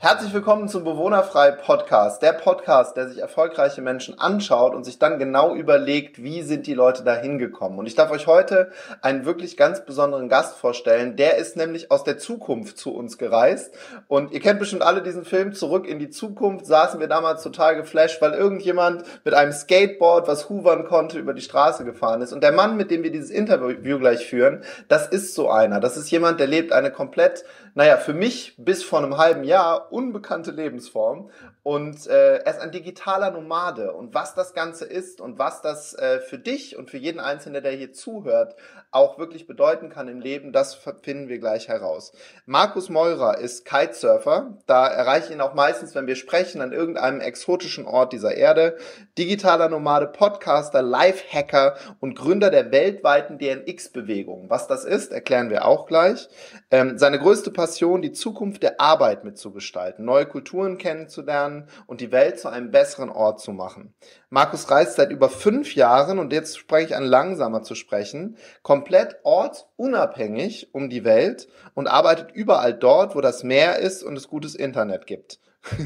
Herzlich willkommen zum Bewohnerfrei-Podcast, der Podcast, der sich erfolgreiche Menschen anschaut und sich dann genau überlegt, wie sind die Leute da hingekommen. Und ich darf euch heute einen wirklich ganz besonderen Gast vorstellen, der ist nämlich aus der Zukunft zu uns gereist. Und ihr kennt bestimmt alle diesen Film Zurück in die Zukunft, saßen wir damals total geflasht, weil irgendjemand mit einem Skateboard, was hoovern konnte, über die Straße gefahren ist. Und der Mann, mit dem wir dieses Interview gleich führen, das ist so einer. Das ist jemand, der lebt eine komplett, für mich bis vor einem halben Jahr unbekannte Lebensform und er ist ein digitaler Nomade und was das Ganze ist und was das für dich und für jeden Einzelnen, der hier zuhört, auch wirklich bedeuten kann im Leben, das finden wir gleich heraus. Markus Meurer ist Kitesurfer, da erreiche ich ihn auch meistens, wenn wir sprechen, an irgendeinem exotischen Ort dieser Erde, digitaler Nomade, Podcaster, Lifehacker und Gründer der weltweiten DNX-Bewegung. Was das ist, erklären wir auch gleich. Seine größte Passion, die Zukunft der Arbeit mitzugestalten, neue Kulturen kennenzulernen und die Welt zu einem besseren Ort zu machen. Markus reist seit über 5 Jahren, und jetzt spreche ich an, langsamer zu sprechen, komplett ortsunabhängig um die Welt und arbeitet überall dort, wo das Meer ist und es gutes Internet gibt.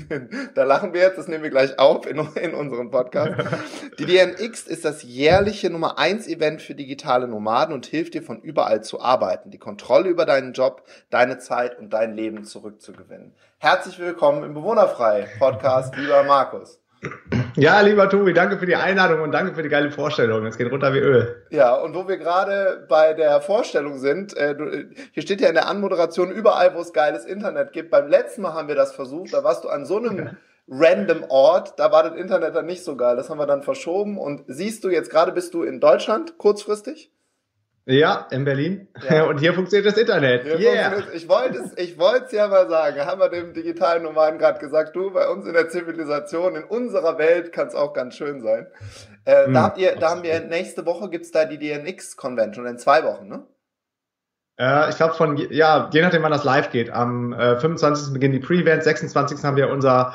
Da lachen wir jetzt, das nehmen wir gleich auf in unserem Podcast. Die DNX ist das jährliche Nummer 1 Event für digitale Nomaden und hilft dir, von überall zu arbeiten, die Kontrolle über deinen Job, deine Zeit und dein Leben zurückzugewinnen. Herzlich willkommen im Bewohnerfrei-Podcast, lieber Markus. Ja, lieber Tobi, danke für die Einladung und danke für die geile Vorstellung. Es geht runter wie Öl. Ja, und wo wir gerade bei der Vorstellung sind, hier steht ja in der Anmoderation, überall, wo es geiles Internet gibt. Beim letzten Mal haben wir das versucht, da warst du an so einem random Ort, da war das Internet dann nicht so geil. Das haben wir dann verschoben. Und siehst du, jetzt gerade bist du in Deutschland, kurzfristig? Ja, in Berlin. Ja. Und hier funktioniert das Internet. Ich wollte es ja mal sagen. Haben wir dem digitalen Nomaden gerade gesagt, du, bei uns in der Zivilisation, in unserer Welt kann es auch ganz schön sein. Da haben wir nächste Woche, gibt's da die DNX-Convention, in 2 Wochen, ne? Ich glaube je nachdem wann das live geht. Am 25. beginnen die Pre-Events, 26. haben wir unser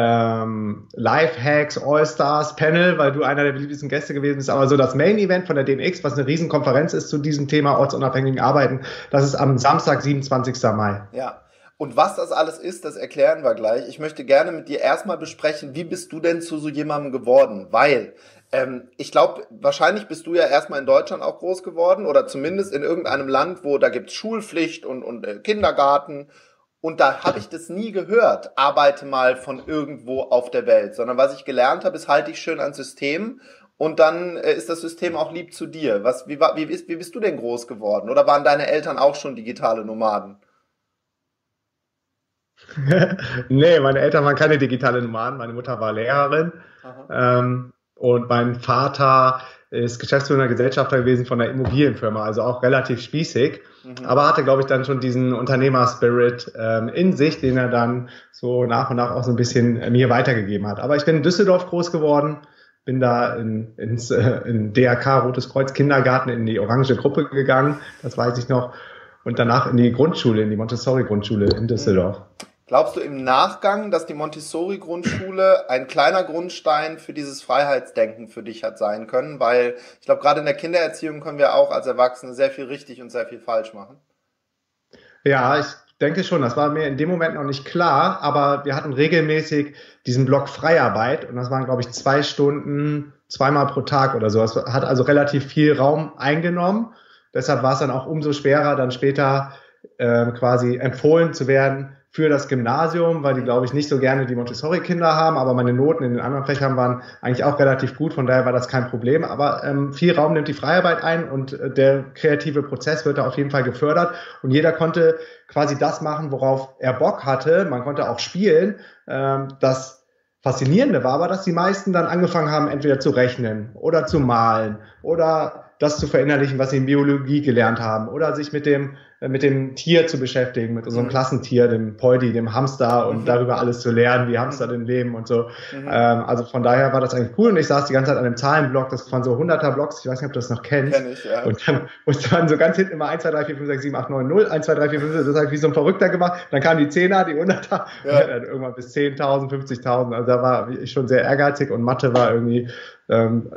Live-Hacks All-Stars-Panel, weil du einer der beliebtesten Gäste gewesen bist. Aber so das Main-Event von der DNX, was eine Riesenkonferenz ist zu diesem Thema ortsunabhängigen Arbeiten, das ist am Samstag, 27. Mai. Ja. Und was das alles ist, das erklären wir gleich. Ich möchte gerne mit dir erstmal besprechen, wie bist du denn zu so jemandem geworden? Weil ich glaube, wahrscheinlich bist du ja erstmal in Deutschland auch groß geworden oder zumindest in irgendeinem Land, wo da gibt's Schulpflicht und Kindergarten. Und da habe ich das nie gehört, arbeite mal von irgendwo auf der Welt. Sondern was ich gelernt habe, ist, halte dich schön ans System und dann ist das System auch lieb zu dir. Wie bist du denn groß geworden? Oder waren deine Eltern auch schon digitale Nomaden? Nee, meine Eltern waren keine digitale Nomaden. Meine Mutter war Lehrerin. Und mein Vater ist Geschäftsführer Gesellschafter gewesen von einer Immobilienfirma, also auch relativ spießig, aber hatte, glaube ich, dann schon diesen Unternehmer-Spirit in sich, den er dann so nach und nach auch so ein bisschen mir weitergegeben hat. Aber ich bin in Düsseldorf groß geworden, bin da in DRK, Rotes Kreuz Kindergarten, in die Orange Gruppe gegangen, das weiß ich noch, und danach in die Grundschule, in die Montessori-Grundschule in Düsseldorf. Glaubst du im Nachgang, dass die Montessori-Grundschule ein kleiner Grundstein für dieses Freiheitsdenken für dich hat sein können? Weil ich glaube, gerade in der Kindererziehung können wir auch als Erwachsene sehr viel richtig und sehr viel falsch machen. Ja, ich denke schon. Das war mir in dem Moment noch nicht klar, aber wir hatten regelmäßig diesen Block Freiarbeit und das waren, glaube ich, 2 Stunden, 2-mal pro Tag oder so. Das hat also relativ viel Raum eingenommen. Deshalb war es dann auch umso schwerer, dann später quasi empfohlen zu werden für das Gymnasium, weil die, glaube ich, nicht so gerne die Montessori-Kinder haben, aber meine Noten in den anderen Fächern waren eigentlich auch relativ gut, von daher war das kein Problem. Aber viel Raum nimmt die Freiarbeit ein und der kreative Prozess wird da auf jeden Fall gefördert und jeder konnte quasi das machen, worauf er Bock hatte. Man konnte auch spielen. Das Faszinierende war aber, dass die meisten dann angefangen haben, entweder zu rechnen oder zu malen oder das zu verinnerlichen, was sie in Biologie gelernt haben oder sich mit dem Tier zu beschäftigen, mit unserem Klassentier, dem Poldi, dem Hamster und darüber alles zu lernen, wie Hamster denn leben und so. Also von daher war das eigentlich cool und ich saß die ganze Zeit an einem Zahlenblock, das waren so 100er Blocks, ich weiß nicht, ob du das noch kennst. Kenn ich, ja. Und dann musste man so ganz hinten immer 1, 2, 3, 4, 5, 6, 7, 8, 9, 0, 1, 2, 3, 4, 5, 6, das habe ich wie so ein Verrückter gemacht. Dann kamen die 10er, die 100er, und dann irgendwann bis 10.000, 50.000. Also da war ich schon sehr ehrgeizig und Mathe war irgendwie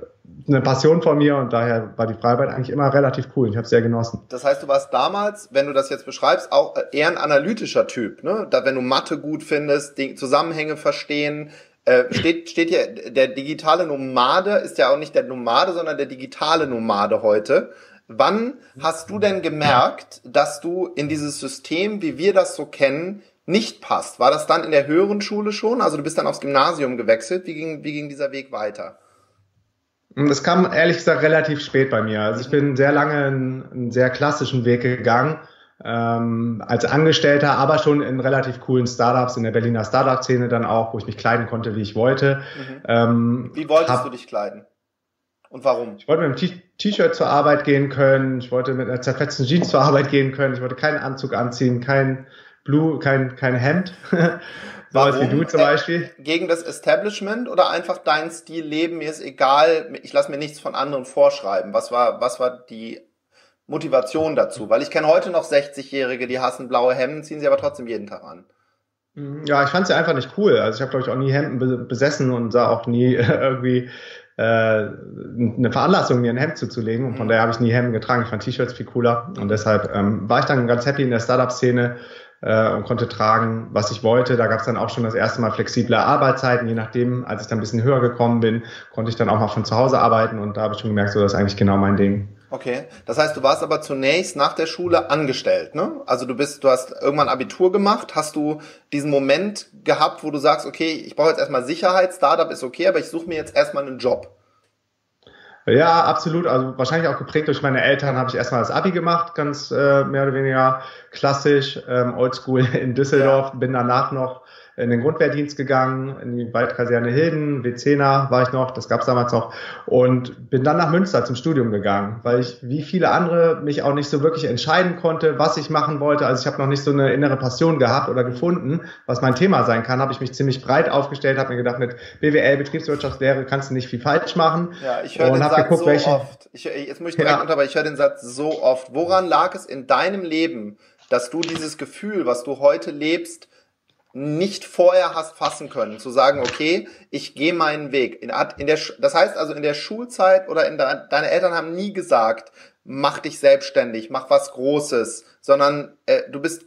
eine Passion von mir und daher war die Freiarbeit eigentlich immer relativ cool. Ich habe es sehr genossen. Das heißt, du warst damals, wenn du das jetzt beschreibst, auch eher ein analytischer Typ, ne? Da, wenn du Mathe gut findest, die Zusammenhänge verstehen, steht hier, der digitale Nomade ist ja auch nicht der Nomade, sondern der digitale Nomade heute. Wann hast du denn gemerkt, dass du in dieses System, wie wir das so kennen, nicht passt? War das dann in der höheren Schule schon? Also du bist dann aufs Gymnasium gewechselt. Wie ging dieser Weg weiter? Das kam ehrlich gesagt relativ spät bei mir. Also ich bin sehr lange einen sehr klassischen Weg gegangen, als Angestellter, aber schon in relativ coolen Startups, in der Berliner Startup-Szene dann auch, wo ich mich kleiden konnte, wie ich wollte. Wie wolltest du dich kleiden? Und warum? Ich wollte mit einem T-Shirt zur Arbeit gehen können, ich wollte mit einer zerfetzten Jeans zur Arbeit gehen können, ich wollte keinen Anzug anziehen, kein Hemd. Sowas wie du zum Beispiel. Gegen das Establishment oder einfach deinen Stil leben, mir ist egal, ich lasse mir nichts von anderen vorschreiben. Was war die Motivation dazu? Weil ich kenne heute noch 60-Jährige, die hassen blaue Hemden, ziehen sie aber trotzdem jeden Tag an. Ja, ich fand sie einfach nicht cool. Also ich habe, glaube ich, auch nie Hemden besessen und sah auch nie irgendwie eine Veranlassung, mir ein Hemd zuzulegen. Und von daher habe ich nie Hemden getragen. Ich fand T-Shirts viel cooler. Und deshalb war ich dann ganz happy in der Startup-Szene und konnte tragen, was ich wollte. Da gab es dann auch schon das erste Mal flexible Arbeitszeiten. Je nachdem, als ich dann ein bisschen höher gekommen bin, konnte ich dann auch mal von zu Hause arbeiten. Und da habe ich schon gemerkt, so, das ist eigentlich genau mein Ding. Okay, das heißt, du warst aber zunächst nach der Schule angestellt, ne? Also du hast irgendwann Abitur gemacht. Hast du diesen Moment gehabt, wo du sagst, okay, ich brauche jetzt erstmal Sicherheit, Startup ist okay, aber ich suche mir jetzt erstmal einen Job? Ja, absolut. Also wahrscheinlich auch geprägt durch meine Eltern habe ich erstmal das Abi gemacht, ganz mehr oder weniger klassisch, oldschool in Düsseldorf. Bin danach noch in den Grundwehrdienst gegangen, in die Waldkaserne Hilden, W10er war ich noch, das gab's damals noch, und bin dann nach Münster zum Studium gegangen, weil ich wie viele andere mich auch nicht so wirklich entscheiden konnte, was ich machen wollte. Also ich habe noch nicht so eine innere Passion gehabt oder gefunden, was mein Thema sein kann. Habe ich mich ziemlich breit aufgestellt, habe mir gedacht, mit BWL, Betriebswirtschaftslehre, kannst du nicht viel falsch machen. Ja, ich höre den Satz so oft. Jetzt muss ich direkt unterbrechen, ich höre den Satz so oft. Woran lag es in deinem Leben, dass du dieses Gefühl, was du heute lebst, nicht vorher hast fassen können, zu sagen, okay, ich gehe meinen Weg. Das heißt also in der Schulzeit oder deine Eltern haben nie gesagt, mach dich selbstständig, mach was Großes, sondern du bist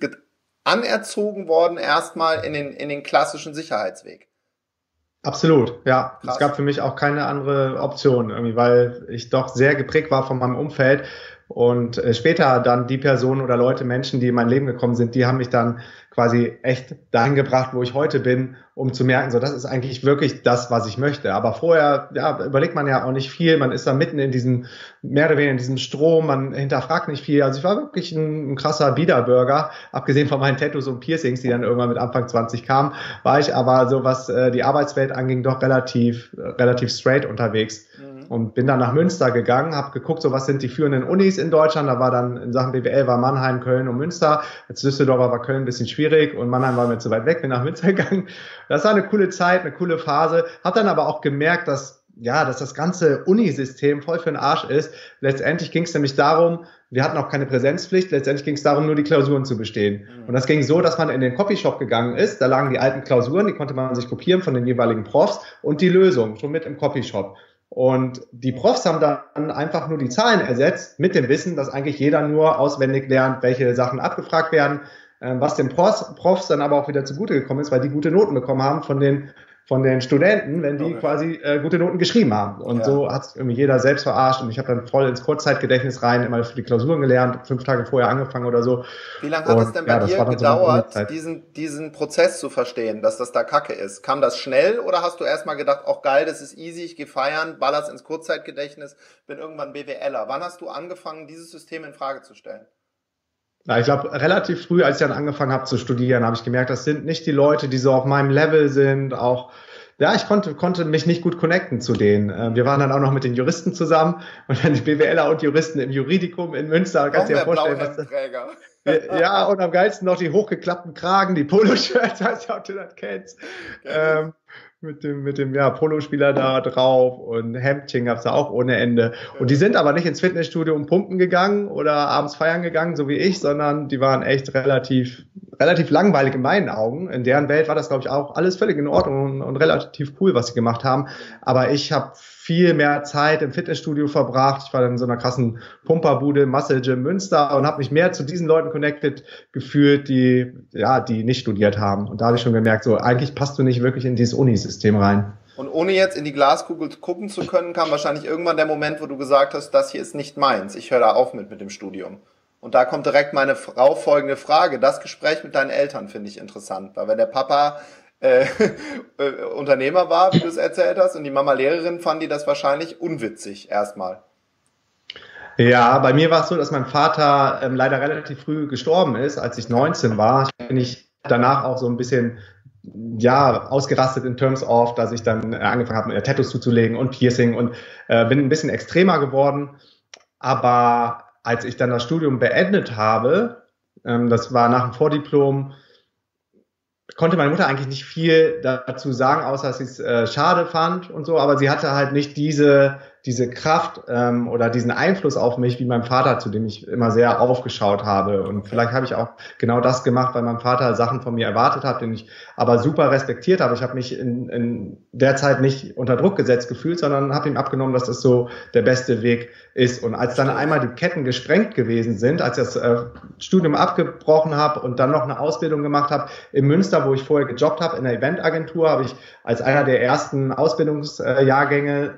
anerzogen worden erstmal in den klassischen Sicherheitsweg. Absolut, ja. Krass. Es gab für mich auch keine andere Option, irgendwie, weil ich doch sehr geprägt war von meinem Umfeld. Und später dann die Personen oder Leute, Menschen, die in mein Leben gekommen sind, die haben mich dann quasi echt dahin gebracht, wo ich heute bin, um zu merken, so, das ist eigentlich wirklich das, was ich möchte. Aber vorher, ja, überlegt man ja auch nicht viel. Man ist da mitten in diesem, mehr oder weniger in diesem Strom. Man hinterfragt nicht viel. Also ich war wirklich ein krasser Biederbürger. Abgesehen von meinen Tattoos und Piercings, die dann irgendwann mit Anfang 20 kamen, war ich aber so, was die Arbeitswelt anging, doch relativ straight unterwegs. Und bin dann nach Münster gegangen, habe geguckt, so was sind die führenden Unis in Deutschland. Da war dann in Sachen BWL war Mannheim, Köln und Münster. Als Düsseldorfer war Köln ein bisschen schwierig und Mannheim war mir zu weit weg, bin nach Münster gegangen. Das war eine coole Zeit, eine coole Phase. Habe dann aber auch gemerkt, dass das ganze Unisystem voll für den Arsch ist. Letztendlich ging es nämlich darum, wir hatten auch keine Präsenzpflicht, letztendlich ging es darum, nur die Klausuren zu bestehen. Und das ging so, dass man in den Copyshop gegangen ist, da lagen die alten Klausuren, die konnte man sich kopieren von den jeweiligen Profs und die Lösung schon mit im Copyshop. Und die Profs haben dann einfach nur die Zahlen ersetzt mit dem Wissen, dass eigentlich jeder nur auswendig lernt, welche Sachen abgefragt werden, was den Profs dann aber auch wieder zugute gekommen ist, weil die gute Noten bekommen haben von den Studenten, wenn die quasi gute Noten geschrieben haben. Und so hat sich irgendwie jeder selbst verarscht und ich habe dann voll ins Kurzzeitgedächtnis rein, immer für die Klausuren gelernt, 5 Tage vorher angefangen oder so. Wie lange hat es denn bei dir gedauert, diesen Prozess zu verstehen, dass das da Kacke ist? Kam das schnell oder hast du erstmal gedacht, auch geil, das ist easy, ich gehe feiern, baller's ins Kurzzeitgedächtnis, bin irgendwann BWLer. Wann hast du angefangen, dieses System in Frage zu stellen? Ja, ich glaube, relativ früh, als ich dann angefangen habe zu studieren, habe ich gemerkt, das sind nicht die Leute, die so auf meinem Level sind. Auch, ja, ich konnte mich nicht gut connecten zu denen. Wir waren dann auch noch mit den Juristen zusammen und dann die BWLer und Juristen im Juridikum in Münster. Kannst du dir vorstellen, was ja, und am geilsten noch die hochgeklappten Kragen, die Poloshirts, weiß ich, ob du das kennst. Mit dem Polospieler da drauf und Hemdchen gab's da auch ohne Ende. Und die sind aber nicht ins Fitnessstudio um pumpen gegangen oder abends feiern gegangen, so wie ich, sondern die waren echt relativ relativ langweilig in meinen Augen. In deren Welt war das, glaube ich, auch alles völlig in Ordnung und relativ cool, was sie gemacht haben. Aber ich habe viel mehr Zeit im Fitnessstudio verbracht. Ich war dann in so einer krassen Pumperbude, Muscle Gym Münster und habe mich mehr zu diesen Leuten connected gefühlt, die nicht studiert haben. Und da habe ich schon gemerkt, so eigentlich passt du nicht wirklich in dieses Unisystem rein. Und ohne jetzt in die Glaskugel gucken zu können, kam wahrscheinlich irgendwann der Moment, wo du gesagt hast, das hier ist nicht meins. Ich höre da auf mit dem Studium. Und da kommt direkt meine folgende Frage. Das Gespräch mit deinen Eltern finde ich interessant, weil wenn der Papa Unternehmer war, wie du es erzählt hast, und die Mama Lehrerin, fanden die das wahrscheinlich unwitzig erstmal. Ja, bei mir war es so, dass mein Vater leider relativ früh gestorben ist, als ich 19 war. Bin ich danach auch so ein bisschen ausgerastet in terms of, dass ich dann angefangen habe, Tattoos zuzulegen und Piercing und bin ein bisschen extremer geworden. Aber als ich dann das Studium beendet habe, das war nach dem Vordiplom, konnte meine Mutter eigentlich nicht viel dazu sagen, außer dass sie es schade fand und so, aber sie hatte halt nicht diese Kraft oder diesen Einfluss auf mich wie mein Vater, zu dem ich immer sehr aufgeschaut habe. Und vielleicht habe ich auch genau das gemacht, weil mein Vater Sachen von mir erwartet hat, den ich aber super respektiert habe. Ich habe mich in der Zeit nicht unter Druck gesetzt gefühlt, sondern habe ihm abgenommen, dass das so der beste Weg ist. Und als dann einmal die Ketten gesprengt gewesen sind, als ich das Studium abgebrochen habe und dann noch eine Ausbildung gemacht habe in Münster, wo ich vorher gejobbt habe in der Eventagentur, habe ich als einer der ersten Ausbildungsjahrgänge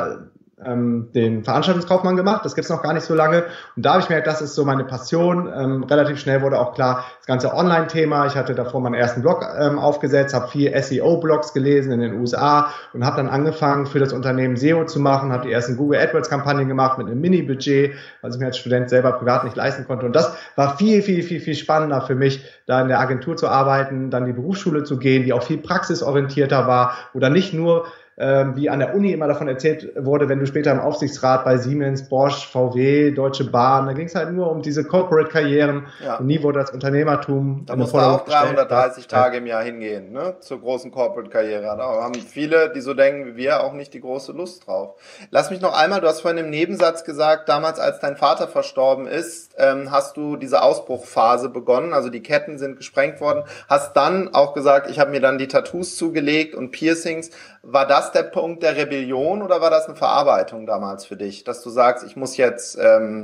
den Veranstaltungskaufmann gemacht. Das gibt's noch gar nicht so lange. Und da habe ich gemerkt, das ist so meine Passion. Relativ schnell wurde auch klar, das ganze Online-Thema. Ich hatte davor meinen ersten Blog aufgesetzt, habe viel SEO-Blogs gelesen in den USA und habe dann angefangen, für das Unternehmen SEO zu machen, habe die ersten Google AdWords-Kampagnen gemacht mit einem Mini-Budget, was ich mir als Student selber privat nicht leisten konnte. Und das war viel, viel, viel, viel spannender für mich, da in der Agentur zu arbeiten, dann die Berufsschule zu gehen, die auch viel praxisorientierter war, wo dann nicht nur wie an der Uni immer davon erzählt wurde, wenn du später im Aufsichtsrat bei Siemens, Bosch, VW, Deutsche Bahn, da ging es halt nur um diese Corporate-Karrieren und nie wurde das Unternehmertum. Da musst du auch 330 Tage im Jahr hingehen, ne, zur großen Corporate-Karriere. Da haben viele, die so denken wie wir, auch nicht die große Lust drauf. Lass mich noch einmal, du hast vorhin im Nebensatz gesagt, damals als dein Vater verstorben ist, hast du diese Ausbruchphase begonnen, also die Ketten sind gesprengt worden, hast dann auch gesagt, ich habe mir dann die Tattoos zugelegt und Piercings. War das der Punkt der Rebellion oder war das eine Verarbeitung damals für dich, dass du sagst, ich muss jetzt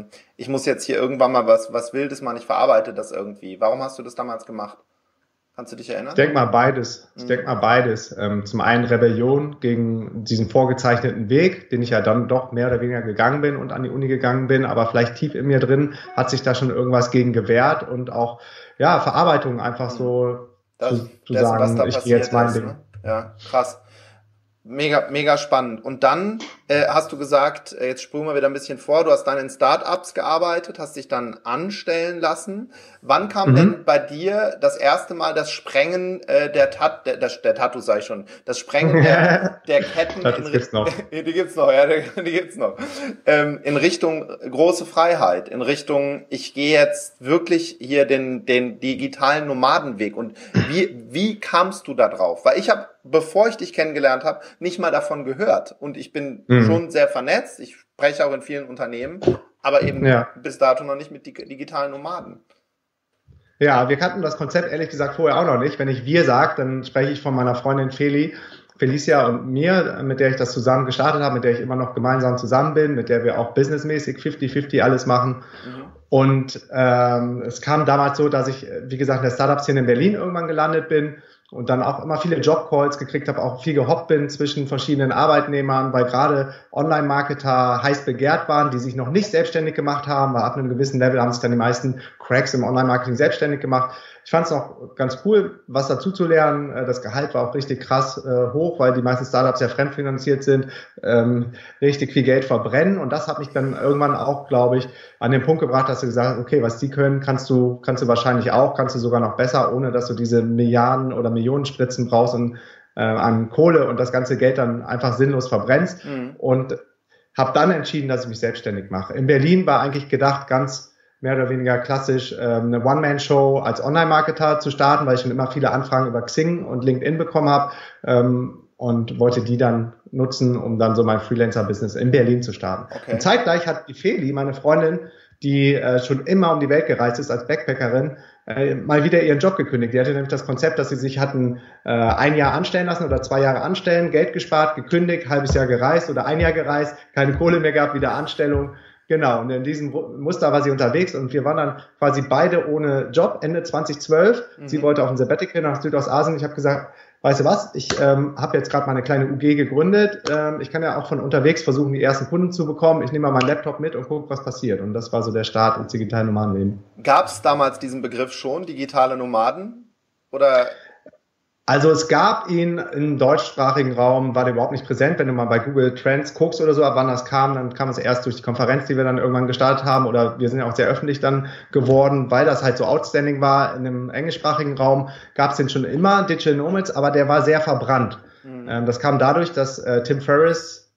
hier irgendwann mal was Wildes machen, ich verarbeite das irgendwie. Warum hast du das damals gemacht? Kannst du dich erinnern? Ich denke mal beides. Zum einen Rebellion gegen diesen vorgezeichneten Weg, den ich ja dann doch mehr oder weniger gegangen bin und an die Uni gegangen bin, aber vielleicht tief in mir drin hat sich da schon irgendwas gegen gewehrt und auch Verarbeitung einfach so zu sagen, ich gehe jetzt mein Ding. Ne? Ja, krass. Mega, mega spannend. Und dann hast du gesagt, jetzt springen wir wieder ein bisschen vor, du hast dann in Startups gearbeitet, hast dich dann anstellen lassen. Wann kam denn bei dir das erste Mal das Sprengen der Tattoos, sag ich schon, das Sprengen der Ketten die gibt's noch. Die gibt's noch. In Richtung große Freiheit, in Richtung, ich gehe jetzt wirklich hier den digitalen Nomadenweg. Und wie kamst du da drauf? Weil ich habe, bevor ich dich kennengelernt habe, nicht mal davon gehört. Und ich bin schon sehr vernetzt. Ich spreche auch in vielen Unternehmen, aber eben bis dato noch nicht mit digitalen Nomaden. Ja, wir kannten das Konzept ehrlich gesagt vorher auch noch nicht. Wenn ich wir sage, dann spreche ich von meiner Freundin Felicia und mir, mit der ich das zusammen gestartet habe, mit der ich immer noch gemeinsam zusammen bin, mit der wir auch businessmäßig 50-50 alles machen. Und es kam damals so, dass ich, wie gesagt, in der Startup-Szene in Berlin irgendwann gelandet bin und dann auch immer viele Jobcalls gekriegt habe, auch viel gehoppt bin zwischen verschiedenen Arbeitnehmern, weil gerade Online-Marketer heiß begehrt waren, die sich noch nicht selbstständig gemacht haben, weil ab einem gewissen Level haben sich dann die meisten Cracks im Online-Marketing selbstständig gemacht. Ich fand es auch ganz cool, was dazu zu lernen. Das Gehalt war auch richtig krass hoch, weil die meisten Startups ja fremdfinanziert sind, richtig viel Geld verbrennen. Und das hat mich dann irgendwann auch, glaube ich, an den Punkt gebracht, dass du gesagt hast, okay, was die können, kannst du wahrscheinlich auch, kannst du sogar noch besser, ohne dass du diese Milliarden oder Millionen Spritzen brauchst und an Kohle und das ganze Geld dann einfach sinnlos verbrennst. Und habe dann entschieden, dass ich mich selbstständig mache. In Berlin war eigentlich gedacht, ganz mehr oder weniger klassisch eine One-Man-Show als Online-Marketer zu starten, weil ich schon immer viele Anfragen über Xing und LinkedIn bekommen habe und wollte die dann nutzen, um dann so mein Freelancer-Business in Berlin zu starten. Okay. Und zeitgleich hat die Feli, meine Freundin, die schon immer um die Welt gereist ist als Backpackerin, mal wieder ihren Job gekündigt. Die hatte nämlich das Konzept, dass sie sich hatten ein Jahr anstellen lassen oder 2 Jahre anstellen, Geld gespart, gekündigt, halbes Jahr gereist oder ein Jahr gereist, keine Kohle mehr gehabt, wieder Anstellung. Genau, und in diesem Muster war sie unterwegs und wir waren dann quasi beide ohne Job Ende 2012. Sie wollte auf ein Sabbatical nach Südostasien. Ich habe gesagt, weißt du was, ich habe jetzt gerade mal eine kleine UG gegründet. Ich kann ja auch von unterwegs versuchen, die ersten Kunden zu bekommen. Ich nehme mal meinen Laptop mit und gucke, was passiert. Und das war so der Start ins digitale Nomadenleben. Gab es damals diesen Begriff schon, digitale Nomaden? Oder? Also es gab ihn im deutschsprachigen Raum, war der überhaupt nicht präsent. Wenn du mal bei Google Trends guckst oder so, ab wann das kam, dann kam es erst durch die Konferenz, die wir dann irgendwann gestartet haben. Oder wir sind ja auch sehr öffentlich dann geworden, weil das halt so outstanding war. In dem englischsprachigen Raum gab es den schon immer, Digital Nomads, aber der war sehr verbrannt. Das kam dadurch, dass Tim Ferriss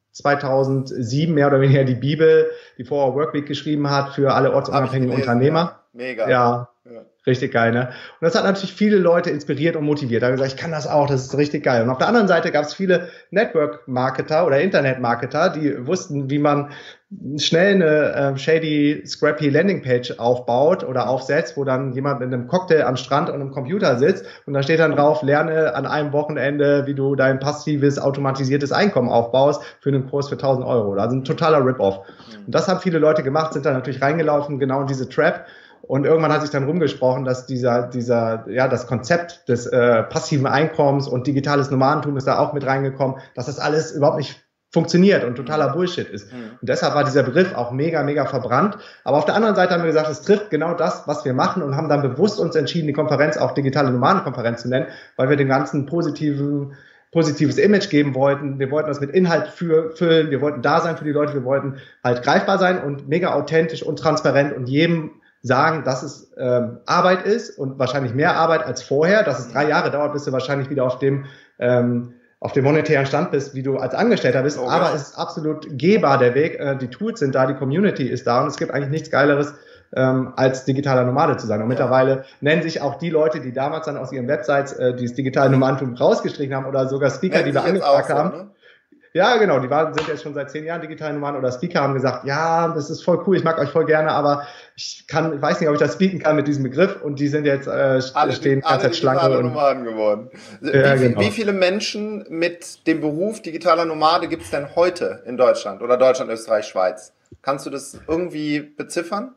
2007 mehr oder weniger die Bibel, die 4-Hour Workweek geschrieben hat für alle ortsunabhängigen Unternehmer. Mega. Ja. Richtig geil, ne? Und das hat natürlich viele Leute inspiriert und motiviert. Da haben gesagt, ich kann das auch, das ist richtig geil. Und auf der anderen Seite gab es viele Network-Marketer oder Internet-Marketer, die wussten, wie man schnell eine shady, scrappy Landingpage aufbaut oder aufsetzt, wo dann jemand mit einem Cocktail am Strand und einem Computer sitzt und da steht dann drauf, lerne an einem Wochenende, wie du dein passives, automatisiertes Einkommen aufbaust für einen Kurs für 1.000 Euro. Also ein totaler Rip-Off. Und das haben viele Leute gemacht, sind dann natürlich reingelaufen, genau in diese Trap. Und irgendwann hat sich dann rumgesprochen, dass das Konzept des passiven Einkommens und digitales Nomadentum ist da auch mit reingekommen, dass das alles überhaupt nicht funktioniert und totaler Bullshit ist. Und deshalb war dieser Begriff auch mega, mega verbrannt. Aber auf der anderen Seite haben wir gesagt, es trifft genau das, was wir machen und haben dann bewusst uns entschieden, die Konferenz auch digitale Nomadenkonferenz zu nennen, weil wir dem ganzen positives Image geben wollten. Wir wollten das mit Inhalt füllen. Wir wollten da sein für die Leute. Wir wollten halt greifbar sein und mega authentisch und transparent und jedem sagen, dass es Arbeit ist und wahrscheinlich mehr Arbeit als vorher, dass es 3 Jahre dauert, bis du wahrscheinlich wieder auf dem monetären Stand bist, wie du als Angestellter bist. Okay. Aber es ist absolut gehbar, der Weg. Die Tools sind da, die Community ist da und es gibt eigentlich nichts Geileres, als digitaler Nomade zu sein. Und mittlerweile nennen sich auch die Leute, die damals dann aus ihren Websites dieses digitale Nomadentum rausgestrichen haben oder sogar Speaker, die wir angefragt haben. Ne? Ja, genau, sind jetzt schon seit 10 Jahren digital Nomaden oder Speaker, haben gesagt, ja, das ist voll cool, ich mag euch voll gerne, aber ich weiß nicht, ob ich das speaken kann mit diesem Begriff und die sind jetzt, stehen die ganze Zeit Schlange. Und Nomaden geworden. Genau. Wie viele Menschen mit dem Beruf digitaler Nomade gibt es denn heute in Deutschland oder Deutschland, Österreich, Schweiz? Kannst du das irgendwie beziffern?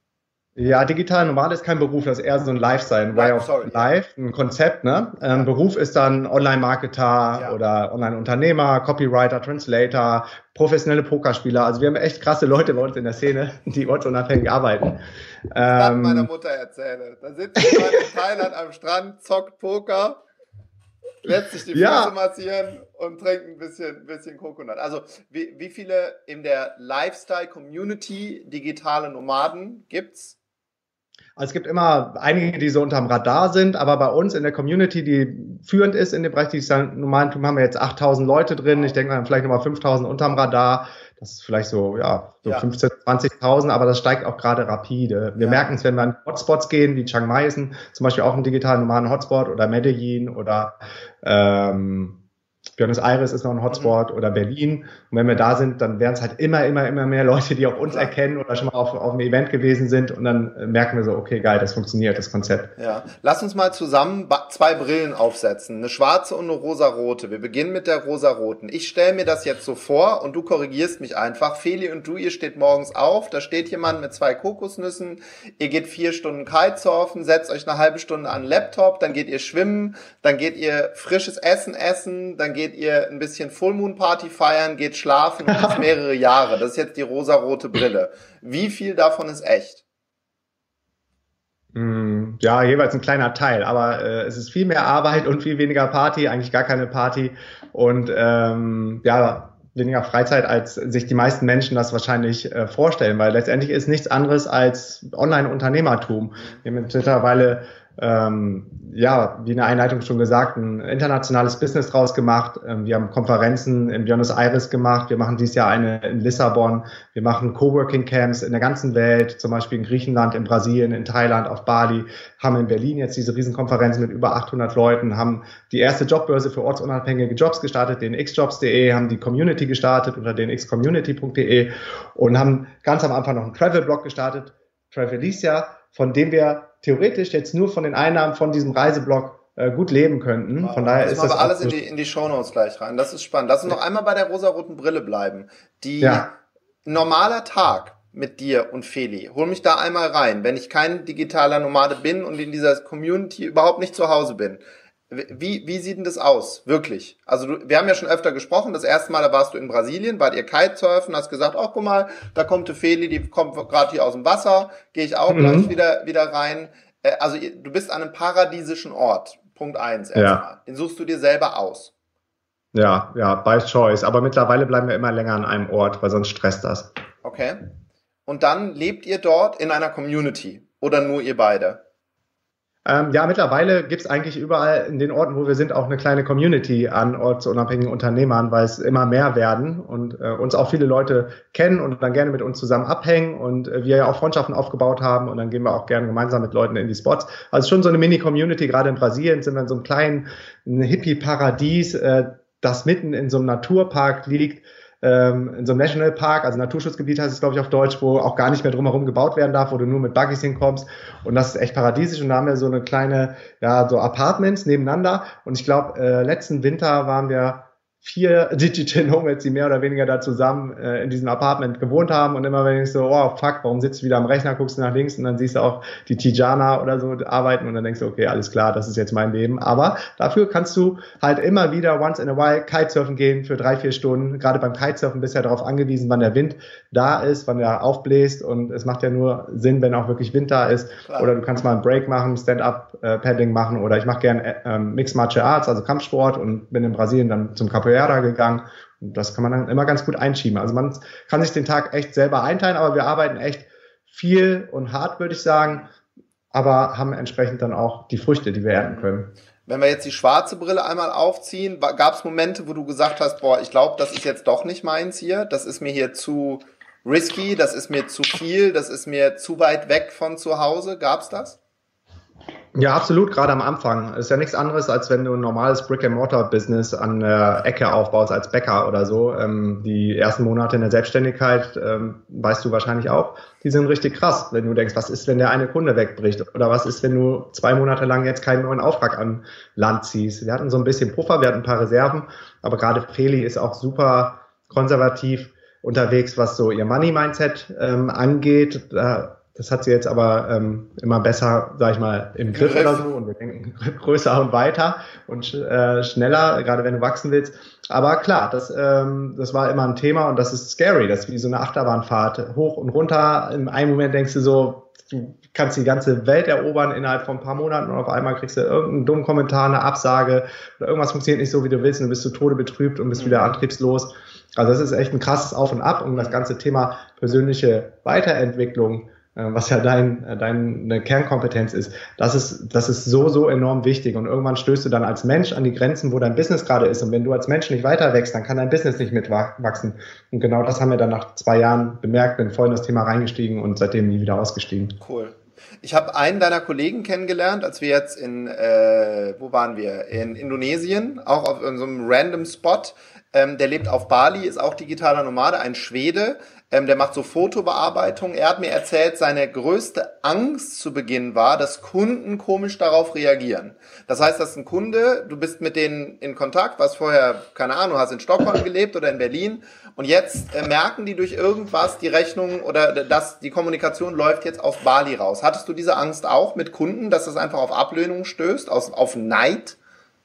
Ja, digital Nomade ist kein Beruf, das ist eher so ein Lifestyle, ein Way of Life, ein Konzept, ne? Beruf ist dann Online-Marketer oder Online-Unternehmer, Copywriter, Translator, professionelle Pokerspieler. Also wir haben echt krasse Leute bei uns in der Szene, die ortsunabhängig arbeiten. Ich kann meiner Mutter erzählen. Da sitzt jemand in Thailand am Strand, zockt Poker, lässt sich die Füße massieren und trinkt ein bisschen Coconut. Also wie viele in der Lifestyle-Community digitale Nomaden gibt's? Also es gibt immer einige, die so unterm Radar sind, aber bei uns in der Community, die führend ist in dem Bereich digitalen Nomadentum, haben wir jetzt 8.000 Leute drin. Ich denke mal, vielleicht nochmal 5.000 unterm Radar. Das ist vielleicht so 15.000, 20.000, aber das steigt auch gerade rapide. Wir merken es, wenn wir an Hotspots gehen, wie Chiang Mai ist zum Beispiel auch ein digitalen Nomaden-Hotspot oder Medellin oder Buenos Aires ist noch ein Hotspot oder Berlin. Und wenn wir da sind, dann werden es halt immer mehr Leute, die auch uns erkennen oder schon mal auf einem Event gewesen sind. Und dann merken wir so, okay, geil, das funktioniert, das Konzept. Ja, lass uns mal zusammen 2 Brillen aufsetzen. Eine schwarze und eine rosarote. Wir beginnen mit der rosaroten. Ich stelle mir das jetzt so vor und du korrigierst mich einfach. Feli und du, ihr steht morgens auf, da steht jemand mit 2 Kokosnüssen. Ihr geht 4 Stunden Kitesurfen, setzt euch eine halbe Stunde an den Laptop, dann geht ihr schwimmen, dann geht ihr frisches Essen, dann geht ihr ein bisschen Full Moon Party feiern, geht schlafen und das mehrere Jahre. Das ist jetzt die rosarote Brille. Wie viel davon ist echt? Ja, jeweils ein kleiner Teil, aber es ist viel mehr Arbeit und viel weniger Party, eigentlich gar keine Party und weniger Freizeit, als sich die meisten Menschen das wahrscheinlich vorstellen, weil letztendlich ist nichts anderes als Online-Unternehmertum. Wir haben mittlerweile wie in der Einleitung schon gesagt, ein internationales Business draus gemacht. Wir haben Konferenzen in Buenos Aires gemacht. Wir machen dieses Jahr eine in Lissabon. Wir machen Coworking Camps in der ganzen Welt, zum Beispiel in Griechenland, in Brasilien, in Thailand, auf Bali. Haben in Berlin jetzt diese Riesenkonferenz mit über 800 Leuten, haben die erste Jobbörse für ortsunabhängige Jobs gestartet, den xjobs.de, haben die Community gestartet unter den xcommunity.de und haben ganz am Anfang noch einen Travel-Blog gestartet, Travelicia, von dem wir theoretisch jetzt nur von den Einnahmen von diesem Reiseblog gut leben könnten. Wow. Von daher Das ist machen das wir alles auch in die Shownotes gleich rein. Das ist spannend. Lass uns noch einmal bei der rosaroten Brille bleiben. ja. Normaler Tag mit dir und Feli. Hol mich da einmal rein, wenn ich kein digitaler Nomade bin und in dieser Community überhaupt nicht zu Hause bin. Wie sieht denn das aus? Wirklich? Also wir haben ja schon öfter gesprochen. Das erste Mal, da warst du in Brasilien, wart ihr Kitesurfen, hast gesagt, ach guck mal, da kommt die Feli, die kommt gerade hier aus dem Wasser, gehe ich auch gleich wieder rein. Also du bist an einem paradiesischen Ort. Punkt 1 erstmal. Den suchst du dir selber aus. Ja, by choice. Aber mittlerweile bleiben wir immer länger an einem Ort, weil sonst stresst das. Okay. Und dann lebt ihr dort in einer Community oder nur ihr beide? Ja, mittlerweile gibt's eigentlich überall in den Orten, wo wir sind, auch eine kleine Community an ortsunabhängigen Unternehmern, weil es immer mehr werden und uns auch viele Leute kennen und dann gerne mit uns zusammen abhängen und wir ja auch Freundschaften aufgebaut haben und dann gehen wir auch gerne gemeinsam mit Leuten in die Spots. Also schon so eine Mini-Community, gerade in Brasilien sind wir in so einem kleinen Hippie-Paradies, das mitten in so einem Naturpark liegt, in so einem Nationalpark, also Naturschutzgebiet heißt es, glaube ich, auf Deutsch, wo auch gar nicht mehr drumherum gebaut werden darf, wo du nur mit Buggies hinkommst. Und das ist echt paradiesisch. Und da haben wir so eine kleine, ja, so Apartments nebeneinander. Und ich glaube, letzten Winter waren wir 4 Digital Nomads, die mehr oder weniger da zusammen in diesem Apartment gewohnt haben. Und immer wenn ich so, oh fuck, warum sitzt du wieder am Rechner, guckst du nach links und dann siehst du auch die Tijana oder so arbeiten und dann denkst du, okay, alles klar, das ist jetzt mein Leben. Aber dafür kannst du halt immer wieder once in a while Kitesurfen gehen für 3-4 Stunden. Gerade beim Kitesurfen bist du ja darauf angewiesen, wann der Wind da ist, wann der aufbläst und es macht ja nur Sinn, wenn auch wirklich Wind da ist. Klar. Oder du kannst mal einen Break machen, Stand-Up-Paddling machen oder ich mache gern Mixed Martial Arts, also Kampfsport und bin in Brasilien dann zum Capoeira gegangen. Und das kann man dann immer ganz gut einschieben. Also man kann sich den Tag echt selber einteilen, aber wir arbeiten echt viel und hart, würde ich sagen, aber haben entsprechend dann auch die Früchte, die wir ernten können. Wenn wir jetzt die schwarze Brille einmal aufziehen, gab es Momente, wo du gesagt hast, boah, ich glaube, das ist jetzt doch nicht meins hier, das ist mir hier zu risky, das ist mir zu viel, das ist mir zu weit weg von zu Hause. Gab's das? Ja, absolut, gerade am Anfang. Ist ja nichts anderes, als wenn du ein normales Brick-and-Mortar-Business an der Ecke aufbaust als Bäcker oder so. Die ersten Monate in der Selbstständigkeit, weißt du wahrscheinlich auch, die sind richtig krass. Wenn du denkst, was ist, wenn der eine Kunde wegbricht? Oder was ist, wenn du 2 Monate lang jetzt keinen neuen Auftrag an Land ziehst? Wir hatten so ein bisschen Puffer, wir hatten ein paar Reserven, aber gerade Feli ist auch super konservativ unterwegs, was so ihr Money-Mindset angeht. Das hat sie jetzt aber immer besser, sag ich mal, im Griff oder so. Und wir denken größer und weiter und schneller, gerade wenn du wachsen willst. Aber klar, das war immer ein Thema und das ist scary. Das ist wie so eine Achterbahnfahrt, hoch und runter. In einem Moment denkst du so, du kannst die ganze Welt erobern innerhalb von ein paar Monaten und auf einmal kriegst du irgendeinen dummen Kommentar, eine Absage oder irgendwas funktioniert nicht so, wie du willst und du bist zu Tode betrübt und bist wieder antriebslos. Also das ist echt ein krasses Auf und Ab und das ganze Thema persönliche Weiterentwicklung, was ja deine Kernkompetenz ist, das ist so enorm wichtig und irgendwann stößt du dann als Mensch an die Grenzen, wo dein Business gerade ist und wenn du als Mensch nicht weiter wächst, dann kann dein Business nicht mitwachsen und genau das haben wir dann nach 2 Jahren bemerkt, bin voll in das Thema reingestiegen und seitdem nie wieder ausgestiegen. Cool. Ich habe einen deiner Kollegen kennengelernt, als wir jetzt wo waren wir? In Indonesien, auch auf so einem random Spot. Der lebt auf Bali, ist auch digitaler Nomade, ein Schwede. Der macht so Fotobearbeitung. Er hat mir erzählt, seine größte Angst zu Beginn war, dass Kunden komisch darauf reagieren. Das heißt, dass ein Kunde, du bist mit denen in Kontakt, warst vorher, keine Ahnung, hast in Stockholm gelebt oder in Berlin und jetzt merken die durch irgendwas die Rechnung oder dass die Kommunikation läuft jetzt auf Bali raus. Hattest du diese Angst auch mit Kunden, dass das einfach auf Ablehnung stößt, auf Neid?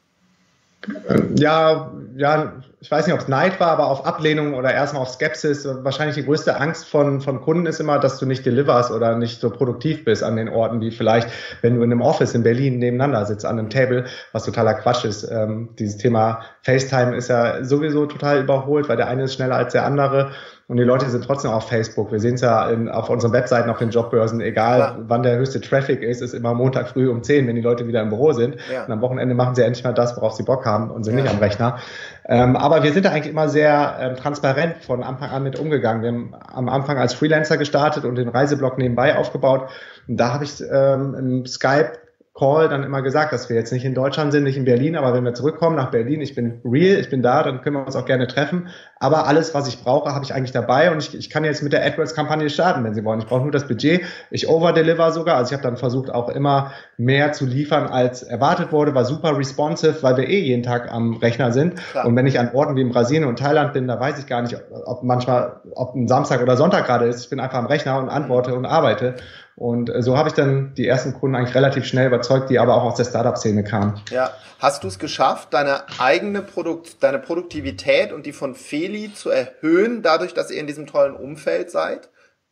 Ja, ich weiß nicht, ob es Neid war, aber auf Ablehnung oder erstmal auf Skepsis. Wahrscheinlich die größte Angst von Kunden ist immer, dass du nicht deliverst oder nicht so produktiv bist an den Orten, wie vielleicht, wenn du in einem Office in Berlin nebeneinander sitzt an einem Table, was totaler Quatsch ist. Dieses Thema FaceTime ist ja sowieso total überholt, weil der eine ist schneller als der andere. Und die Leute sind trotzdem auf Facebook. Wir sehen es ja auf unseren Webseiten, auf den Jobbörsen, egal wann der höchste Traffic ist immer Montag früh um 10, wenn die Leute wieder im Büro sind. Ja. Und am Wochenende machen sie endlich mal das, worauf sie Bock haben und sind nicht am Rechner. Aber wir sind da eigentlich immer sehr transparent von Anfang an mit umgegangen. Wir haben am Anfang als Freelancer gestartet und den Reiseblog nebenbei aufgebaut. Und da habe ich im Skype-Call dann immer gesagt, dass wir jetzt nicht in Deutschland sind, nicht in Berlin, aber wenn wir zurückkommen nach Berlin, ich bin real, ich bin da, dann können wir uns auch gerne treffen. Aber alles, was ich brauche, habe ich eigentlich dabei und ich kann jetzt mit der AdWords-Kampagne starten, wenn Sie wollen. Ich brauche nur das Budget. Ich overdeliver sogar. Also ich habe dann versucht, auch immer mehr zu liefern, als erwartet wurde. War super responsive, weil wir jeden Tag am Rechner sind. Klar. Und wenn ich an Orten wie in Brasilien und Thailand bin, da weiß ich gar nicht, ob ein Samstag oder Sonntag gerade ist. Ich bin einfach am Rechner und antworte und arbeite. Und so habe ich dann die ersten Kunden eigentlich relativ schnell überzeugt, die aber auch aus der Startup-Szene kamen. Ja, hast du es geschafft, deine Produktivität und die von Feli zu erhöhen, dadurch, dass ihr in diesem tollen Umfeld seid?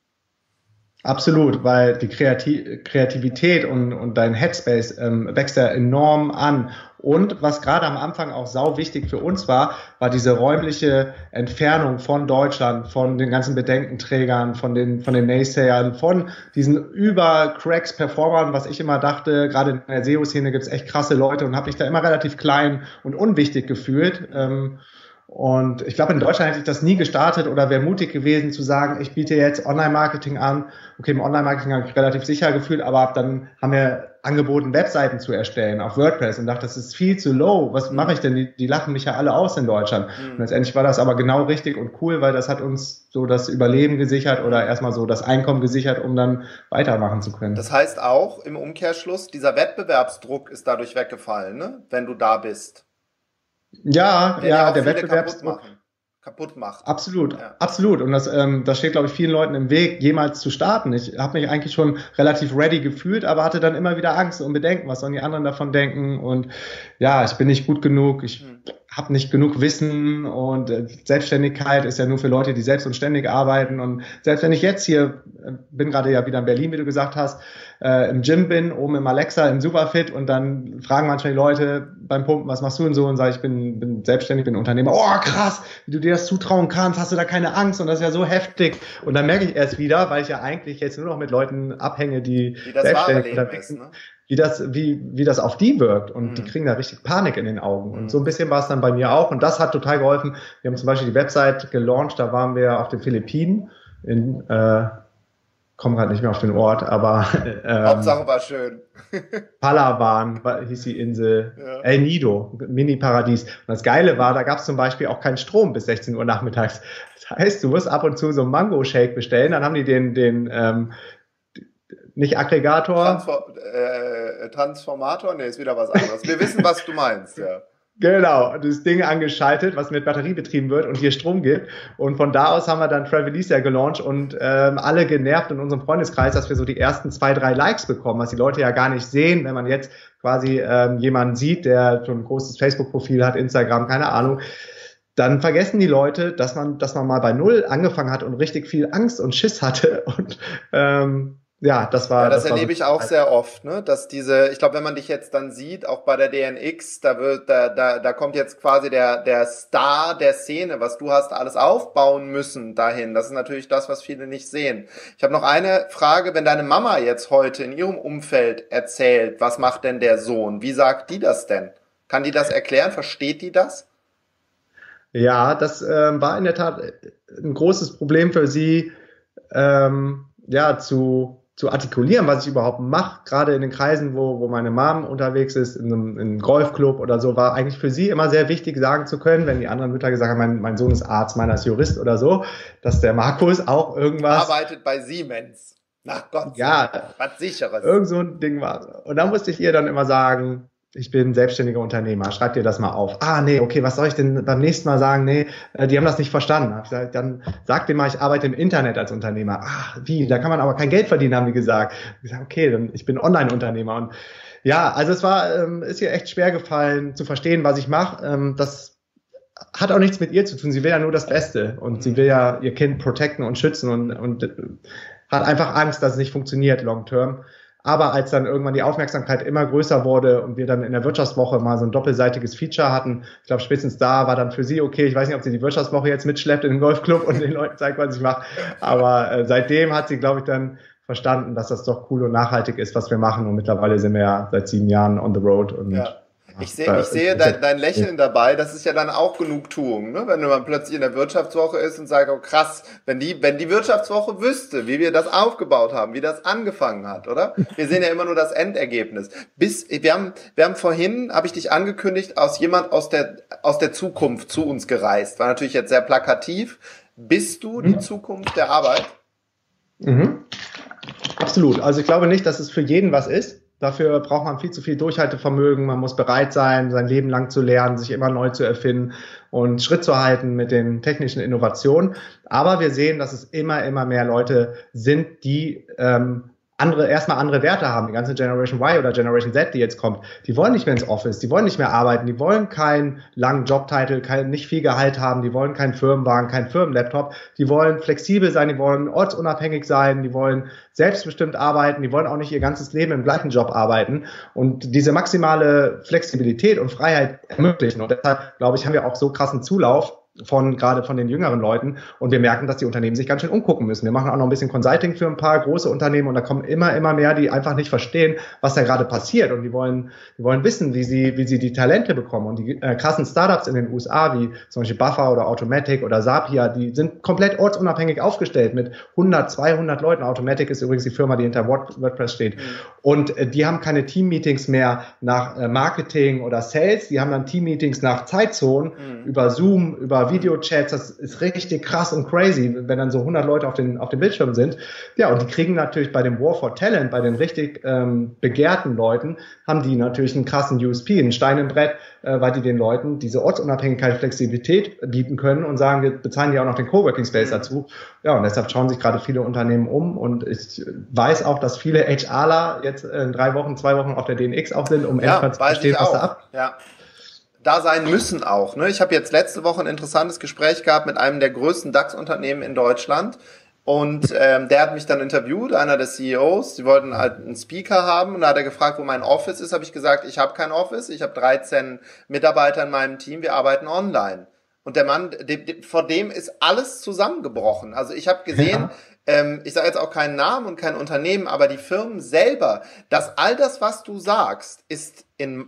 Absolut, weil die Kreativität und dein Headspace wächst ja enorm an. Und was gerade am Anfang auch sau wichtig für uns war diese räumliche Entfernung von Deutschland, von den ganzen Bedenkenträgern, von den Naysayern, von diesen Über-Cracks-Performern, was ich immer dachte, gerade in der SEO-Szene gibt's echt krasse Leute und habe mich da immer relativ klein und unwichtig gefühlt. Und ich glaube, in Deutschland hätte ich das nie gestartet oder wäre mutig gewesen zu sagen, ich biete jetzt Online-Marketing an. Okay, im Online-Marketing habe ich mich relativ sicher gefühlt, aber dann haben wir angeboten, Webseiten zu erstellen auf WordPress und dachte, das ist viel zu low. Was mache ich denn? Die lachen mich ja alle aus in Deutschland. Und letztendlich war das aber genau richtig und cool, weil das hat uns so das Überleben gesichert oder erstmal so das Einkommen gesichert, um dann weitermachen zu können. Das heißt auch im Umkehrschluss, dieser Wettbewerbsdruck ist dadurch weggefallen, ne? Wenn du da bist. Ja, der Wettbewerb kaputt macht. Absolut, ja. Absolut. Und das steht, glaube ich, vielen Leuten im Weg, jemals zu starten. Ich habe mich eigentlich schon relativ ready gefühlt, aber hatte dann immer wieder Angst und Bedenken, was sollen die anderen davon denken. Und ja, ich bin nicht gut genug, ich habe nicht genug Wissen und Selbstständigkeit ist ja nur für Leute, die selbst und ständig arbeiten. Und selbst wenn ich jetzt hier, bin gerade ja wieder in Berlin, wie du gesagt hast, im Gym bin, oben im Alexa, im Superfit und dann fragen manchmal die Leute beim Pumpen, was machst du denn so? Und sage ich bin selbstständig, bin Unternehmer. Oh krass, wie du dir das zutrauen kannst, hast du da keine Angst? Und das ist ja so heftig. Und dann merke ich erst wieder, weil ich ja eigentlich jetzt nur noch mit Leuten abhänge, die selbstständig unterwegs sind, wie das auf die wirkt. Und die kriegen da richtig Panik in den Augen. Und so ein bisschen war es dann bei mir auch. Und das hat total geholfen. Wir haben zum Beispiel die Website gelauncht, da waren wir auf den Philippinen in komme gerade nicht mehr auf den Ort, aber Hauptsache war schön. Palawan hieß die Insel, ja. El Nido, Mini-Paradies. Und das Geile war, da gab es zum Beispiel auch keinen Strom bis 16 Uhr nachmittags. Das heißt, du musst ab und zu so einen Mango-Shake bestellen, dann haben die den nicht Aggregator. Transformator? Nee, ist wieder was anderes. Wir wissen, was du meinst, ja. Genau, das Ding angeschaltet, was mit Batterie betrieben wird und hier Strom gibt. Und von da aus haben wir dann Travelista gelauncht und alle genervt in unserem Freundeskreis, dass wir so die ersten 2, 3 Likes bekommen, was die Leute ja gar nicht sehen, wenn man jetzt quasi jemanden sieht, der schon ein großes Facebook-Profil hat, Instagram, keine Ahnung. Dann vergessen die Leute, dass man mal bei Null angefangen hat und richtig viel Angst und Schiss hatte. Und ja, das war. Ja, das erlebe ich auch sehr oft, ne? Dass ich glaube, wenn man dich jetzt dann sieht, auch bei der DNX, da kommt jetzt quasi der Star der Szene, was du hast alles aufbauen müssen dahin. Das ist natürlich das, was viele nicht sehen. Ich habe noch eine Frage, wenn deine Mama jetzt heute in ihrem Umfeld erzählt, was macht denn der Sohn? Wie sagt die das denn? Kann die das erklären? Versteht die das? Ja, das war in der Tat ein großes Problem für sie, zu artikulieren, was ich überhaupt mache, gerade in den Kreisen, wo meine Mom unterwegs ist, in einem Golfclub oder so, war eigentlich für sie immer sehr wichtig, sagen zu können, wenn die anderen Mütter gesagt haben, mein Sohn ist Arzt, meiner ist Jurist oder so, dass der Markus auch irgendwas... Arbeitet bei Siemens. Nach Gott, ja, was Sicheres. Irgend so ein Ding war. Und da musste ich ihr dann immer sagen, ich bin selbstständiger Unternehmer, schreib dir das mal auf. Nee, okay, was soll ich denn beim nächsten Mal sagen? Nee, die haben das nicht verstanden. Hab ich gesagt, dann sag dir mal, ich arbeite im Internet als Unternehmer. Wie? Da kann man aber kein Geld verdienen, haben die gesagt. Ich gesagt, okay, dann ich bin Online-Unternehmer. Und ja, also es ist ihr echt schwer gefallen zu verstehen, was ich mache. Das hat auch nichts mit ihr zu tun. Sie will ja nur das Beste und sie will ja ihr Kind protecten und schützen und hat einfach Angst, dass es nicht funktioniert long term. Aber als dann irgendwann die Aufmerksamkeit immer größer wurde und wir dann in der Wirtschaftswoche mal so ein doppelseitiges Feature hatten, ich glaube spätestens da war dann für sie okay, ich weiß nicht, ob sie die Wirtschaftswoche jetzt mitschleppt in den Golfclub und den Leuten zeigt, was ich mache, aber seitdem hat sie, glaube ich, dann verstanden, dass das doch cool und nachhaltig ist, was wir machen und mittlerweile sind wir ja seit 7 Jahren on the road. Und ja. Ich sehe dein Lächeln dabei, das ist ja dann auch Genugtuung, ne? Wenn man plötzlich in der Wirtschaftswoche ist und sagt, oh krass, wenn die Wirtschaftswoche wüsste, wie wir das aufgebaut haben, wie das angefangen hat, oder? Wir sehen ja immer nur das Endergebnis. Wir haben vorhin, habe ich dich angekündigt, jemand aus der Zukunft zu uns gereist. War natürlich jetzt sehr plakativ. Bist du die Zukunft der Arbeit? Mhm. Absolut. Also ich glaube nicht, dass es für jeden was ist. Dafür braucht man viel zu viel Durchhaltevermögen. Man muss bereit sein, sein Leben lang zu lernen, sich immer neu zu erfinden und Schritt zu halten mit den technischen Innovationen. Aber wir sehen, dass es immer mehr Leute sind, die erstmal andere Werte haben. Die ganze Generation Y oder Generation Z, die jetzt kommt, die wollen nicht mehr ins Office, die wollen nicht mehr arbeiten, die wollen keinen langen Jobtitel, nicht viel Gehalt haben, die wollen keinen Firmenwagen, keinen Firmenlaptop, die wollen flexibel sein, die wollen ortsunabhängig sein, die wollen selbstbestimmt arbeiten, die wollen auch nicht ihr ganzes Leben im gleichen Job arbeiten und diese maximale Flexibilität und Freiheit ermöglichen. Und deshalb, glaube ich, haben wir auch so krassen Zulauf gerade von den jüngeren Leuten. Und wir merken, dass die Unternehmen sich ganz schön umgucken müssen. Wir machen auch noch ein bisschen Consulting für ein paar große Unternehmen und da kommen immer mehr, die einfach nicht verstehen, was da gerade passiert. Und die wollen wissen, wie sie die Talente bekommen. Und die krassen Startups in den USA, wie zum Beispiel Buffer oder Automatic oder Zapier, die sind komplett ortsunabhängig aufgestellt mit 100, 200 Leuten. Automatic ist übrigens die Firma, die hinter WordPress steht. Und die haben keine Team-Meetings mehr nach Marketing oder Sales. Die haben dann Team-Meetings nach Zeitzonen über Zoom, über Videochats. Das ist richtig krass und crazy, wenn dann so 100 Leute auf dem Bildschirm sind. Ja, und die kriegen natürlich bei dem War for Talent, bei den richtig begehrten Leuten, haben die natürlich einen krassen USP, einen Stein im Brett, weil die den Leuten diese Ortsunabhängigkeit, Flexibilität bieten können und sagen, wir bezahlen ja auch noch den Coworking Space dazu. Ja, und deshalb schauen sich gerade viele Unternehmen um und ich weiß auch, dass viele HRler jetzt in 2 Wochen auf der DNX auch sind, um erstmal zu verstehen, was da ab. Ja. Da sein müssen auch. Ne? Ich habe jetzt letzte Woche ein interessantes Gespräch gehabt mit einem der größten DAX-Unternehmen in Deutschland und der hat mich dann interviewt, einer der CEOs. Die wollten halt einen Speaker haben und da hat er gefragt, wo mein Office ist. Habe ich gesagt, ich habe kein Office, ich habe 13 Mitarbeiter in meinem Team, wir arbeiten online. Und der Mann, vor dem ist alles zusammengebrochen. Also ich habe gesehen, ich sage jetzt auch keinen Namen und kein Unternehmen, aber die Firmen selber, dass all das, was du sagst, ist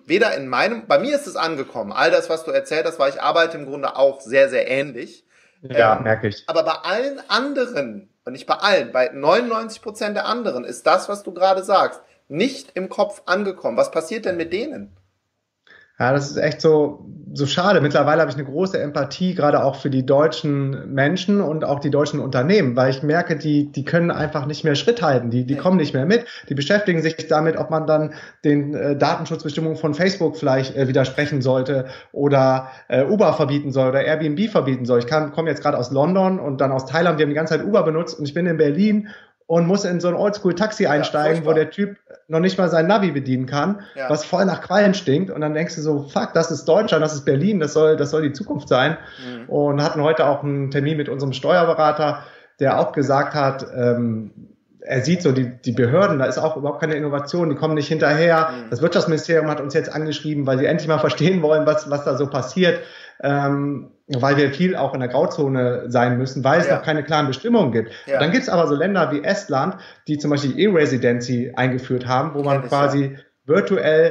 bei mir ist es angekommen. All das, was du erzählt hast, weil ich arbeite im Grunde auch sehr, sehr ähnlich. Ja, merke ich. Aber bei allen anderen, und nicht bei allen, bei 99% der anderen ist das, was du gerade sagst, nicht im Kopf angekommen. Was passiert denn mit denen? Ja, das ist echt so schade. Mittlerweile habe ich eine große Empathie, gerade auch für die deutschen Menschen und auch die deutschen Unternehmen, weil ich merke, die können einfach nicht mehr Schritt halten. Die kommen nicht mehr mit. Die beschäftigen sich damit, ob man dann den Datenschutzbestimmungen von Facebook vielleicht widersprechen sollte oder Uber verbieten soll oder Airbnb verbieten soll. Ich komme jetzt gerade aus London und dann aus Thailand. Wir haben die ganze Zeit Uber benutzt und ich bin in Berlin und muss in so ein Oldschool-Taxi einsteigen, wo der Typ noch nicht mal sein Navi bedienen kann, was voll nach Qualm stinkt. Und dann denkst du so, fuck, das ist Deutschland, das ist Berlin, das soll die Zukunft sein. Und hatten heute auch einen Termin mit unserem Steuerberater, der auch gesagt hat, er sieht so die Behörden, da ist auch überhaupt keine Innovation, die kommen nicht hinterher. Das Wirtschaftsministerium hat uns jetzt angeschrieben, weil sie endlich mal verstehen wollen, was da so passiert. Weil wir viel auch in der Grauzone sein müssen, weil es noch keine klaren Bestimmungen gibt. Ja. Dann gibt es aber so Länder wie Estland, die zum Beispiel E-Residency eingeführt haben, wo man quasi virtueller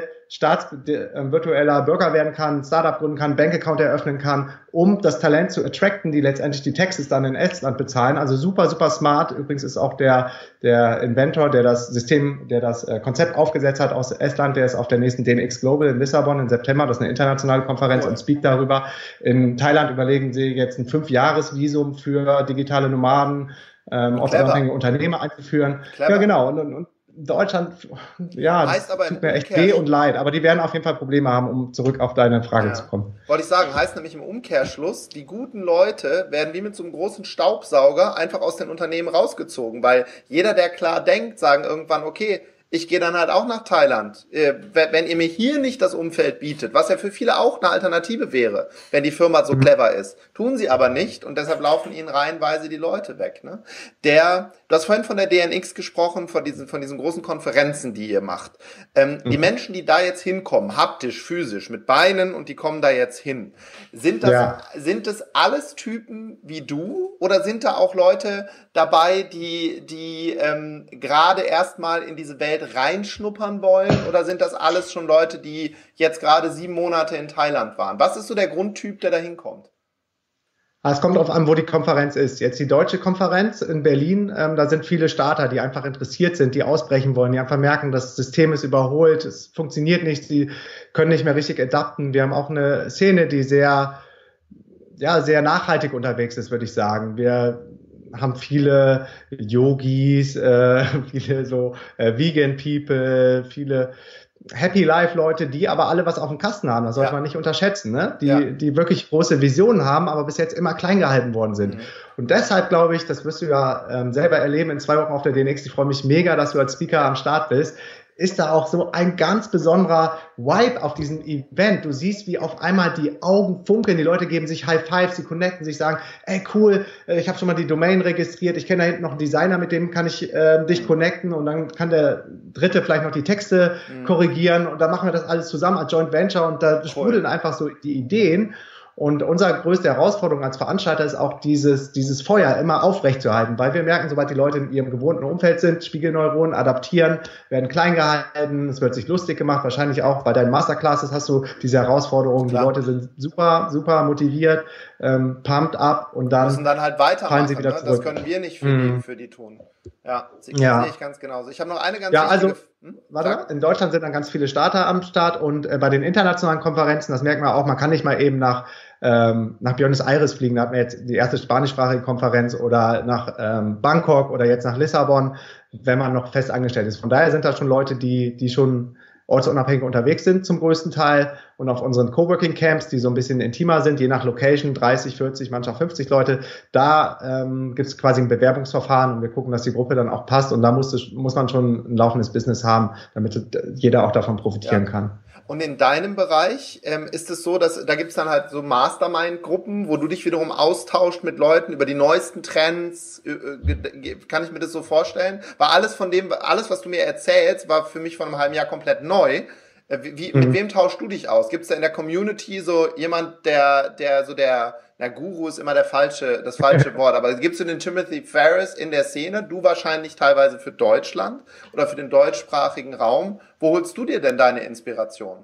Bürger werden kann, Startup gründen kann, Bankaccount eröffnen kann, um das Talent zu attracten, die letztendlich die Taxes dann in Estland bezahlen. Also super, super smart. Übrigens ist auch der Inventor, der das Konzept aufgesetzt hat aus Estland, der ist auf der nächsten DNX Global in Lissabon im September. Das ist eine internationale Konferenz und speakt darüber. In Thailand überlegen sie jetzt ein 5-Jahres-Visum für digitale Nomaden, ortsunabhängige Unternehmer einzuführen. Clever. Ja, genau. Und Deutschland, ja, heißt aber tut mir echt weh und leid, aber die werden auf jeden Fall Probleme haben, um zurück auf deine Frage zu kommen. Wollte ich sagen, heißt nämlich im Umkehrschluss, die guten Leute werden wie mit so einem großen Staubsauger einfach aus den Unternehmen rausgezogen, weil jeder, der klar denkt, sagen irgendwann, okay, ich gehe dann halt auch nach Thailand. Wenn ihr mir hier nicht das Umfeld bietet, was ja für viele auch eine Alternative wäre, wenn die Firma so clever ist. Tun sie aber nicht und deshalb laufen ihnen reihenweise die Leute weg. Ne? Du hast vorhin von der DNX gesprochen, von diesen großen Konferenzen, die ihr macht. Die Menschen, die da jetzt hinkommen, haptisch, physisch, mit Beinen und die kommen da jetzt hin. Sind das alles Typen wie du oder sind da auch Leute dabei, die gerade erstmal in diese Welt Welt reinschnuppern wollen? Oder sind das alles schon Leute, die jetzt gerade 7 Monate in Thailand waren? Was ist so der Grundtyp, der da hinkommt? Es kommt darauf an, wo die Konferenz ist. Jetzt die deutsche Konferenz in Berlin, da sind viele Starter, die einfach interessiert sind, die ausbrechen wollen, die einfach merken, das System ist überholt, es funktioniert nicht, sie können nicht mehr richtig adapten. Wir haben auch eine Szene, die sehr nachhaltig unterwegs ist, würde ich sagen. Wir haben viele Yogis, viele so Vegan People, viele Happy Life Leute, die aber alle was auf dem Kasten haben. Das sollte man nicht unterschätzen, ne? Die wirklich große Visionen haben, aber bis jetzt immer klein gehalten worden sind. Und deshalb glaube ich, das wirst du ja selber erleben in 2 Wochen auf der DNX. Ich freue mich mega, dass du als Speaker am Start bist. Ist da auch so ein ganz besonderer Vibe auf diesem Event. Du siehst, wie auf einmal die Augen funkeln, die Leute geben sich High Fives, sie connecten sich, sagen, ey cool, ich habe schon mal die Domain registriert, ich kenne da hinten noch einen Designer, mit dem kann ich dich connecten und dann kann der Dritte vielleicht noch die Texte korrigieren und dann machen wir das alles zusammen als Joint Venture und da sprudeln einfach so die Ideen. Und unsere größte Herausforderung als Veranstalter ist auch dieses Feuer immer aufrechtzuerhalten, weil wir merken, sobald die Leute in ihrem gewohnten Umfeld sind, Spiegelneuronen adaptieren, werden klein gehalten, es wird sich lustig gemacht, wahrscheinlich auch bei deinen Masterclasses hast du diese Herausforderung, die Leute sind super, super motiviert, pumped up und dann müssen dann halt weitermachen, fallen sie wieder zurück. Das können wir nicht für die tun. Ja, sehe ich ganz genauso. Ich habe noch eine ganz wichtige... Warte, in Deutschland sind dann ganz viele Starter am Start und bei den internationalen Konferenzen, das merkt man auch, man kann nicht mal eben nach Buenos Aires fliegen, da hatten wir jetzt die erste spanischsprachige Konferenz oder nach Bangkok oder jetzt nach Lissabon, wenn man noch fest angestellt ist. Von daher sind da schon Leute, die schon ortsunabhängig unterwegs sind zum größten Teil und auf unseren Coworking Camps, die so ein bisschen intimer sind, je nach Location, 30, 40, manchmal 50 Leute, da gibt es quasi ein Bewerbungsverfahren und wir gucken, dass die Gruppe dann auch passt und da muss man schon ein laufendes Business haben, damit jeder auch davon profitieren kann. Und in deinem Bereich ist es so, dass da gibt's dann halt so Mastermind-Gruppen, wo du dich wiederum austauscht mit Leuten über die neuesten Trends. Kann ich mir das so vorstellen? Weil alles, was du mir erzählst, war für mich vor einem halben Jahr komplett neu. Mit wem tauschst du dich aus? Gibt's da in der Community so jemand, Guru ist immer das falsche Wort, aber gibt's den Timothy Ferriss in der Szene? Du wahrscheinlich teilweise für Deutschland oder für den deutschsprachigen Raum. Wo holst du dir denn deine Inspiration?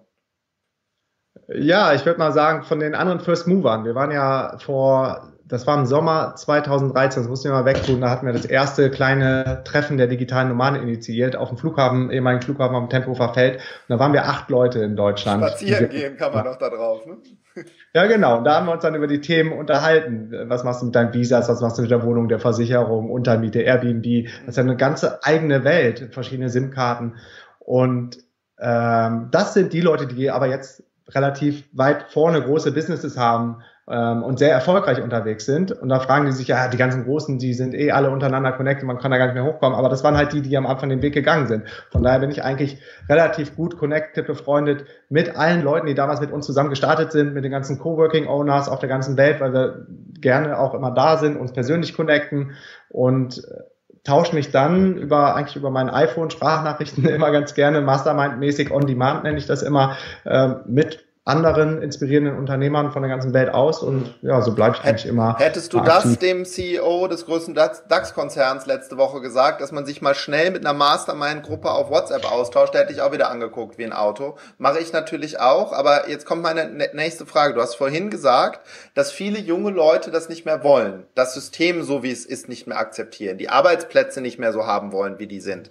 Ja, ich würde mal sagen, von den anderen First Movern. Wir waren ja das war im Sommer 2013, das mussten wir mal wegtun, da hatten wir das erste kleine Treffen der digitalen Nomaden initiiert auf dem ehemaligen Flughafen am Tempelhofer Feld. Und da waren wir 8 Leute in Deutschland. Spazieren gehen kann man doch da drauf, ne? Ja, genau. Und da haben wir uns dann über die Themen unterhalten. Was machst du mit deinen Visas? Was machst du mit der Wohnung, der Versicherung, Untermiete, Airbnb? Das ist ja eine ganze eigene Welt, verschiedene SIM-Karten. Und das sind die Leute, die aber jetzt relativ weit vorne große Businesses haben und sehr erfolgreich unterwegs sind. Und da fragen die sich, ja, die ganzen Großen, die sind alle untereinander connected, man kann da gar nicht mehr hochkommen. Aber das waren halt die am Anfang den Weg gegangen sind. Von daher bin ich eigentlich relativ gut connected, befreundet mit allen Leuten, die damals mit uns zusammen gestartet sind, mit den ganzen Coworking-Owners auf der ganzen Welt, weil wir gerne auch immer da sind, uns persönlich connecten und tausche mich dann über mein iPhone Sprachnachrichten immer ganz gerne, Mastermind-mäßig on Demand nenne ich das immer, mit anderen inspirierenden Unternehmern von der ganzen Welt aus und ja, so bleibe ich eigentlich immer. Hättest du das dem CEO des größten DAX-Konzerns letzte Woche gesagt, dass man sich mal schnell mit einer Mastermind-Gruppe auf WhatsApp austauscht, da hätte ich auch wieder angeguckt wie ein Auto. Mache ich natürlich auch, aber jetzt kommt meine nächste Frage. Du hast vorhin gesagt, dass viele junge Leute das nicht mehr wollen, das System, so wie es ist, nicht mehr akzeptieren, die Arbeitsplätze nicht mehr so haben wollen, wie die sind.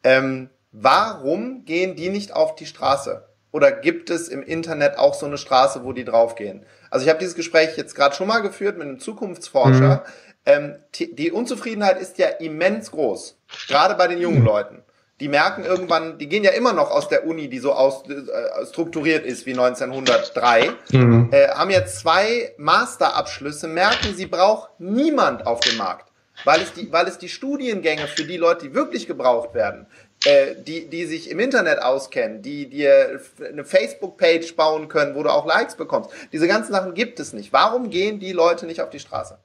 Warum gehen die nicht auf die Straße? Oder gibt es im Internet auch so eine Straße, wo die draufgehen? Also ich habe dieses Gespräch jetzt gerade schon mal geführt mit einem Zukunftsforscher. Die Unzufriedenheit ist ja immens groß, gerade bei den jungen Leuten. Die merken irgendwann, die gehen ja immer noch aus der Uni, die so strukturiert ist wie 1903, haben jetzt 2 Masterabschlüsse, merken, sie braucht niemand auf dem Markt, weil es die Studiengänge für die Leute, die wirklich gebraucht werden, die sich im Internet auskennen, die dir eine Facebook-Page bauen können, wo du auch Likes bekommst. Diese ganzen Sachen gibt es nicht. Warum gehen die Leute nicht auf die Straße?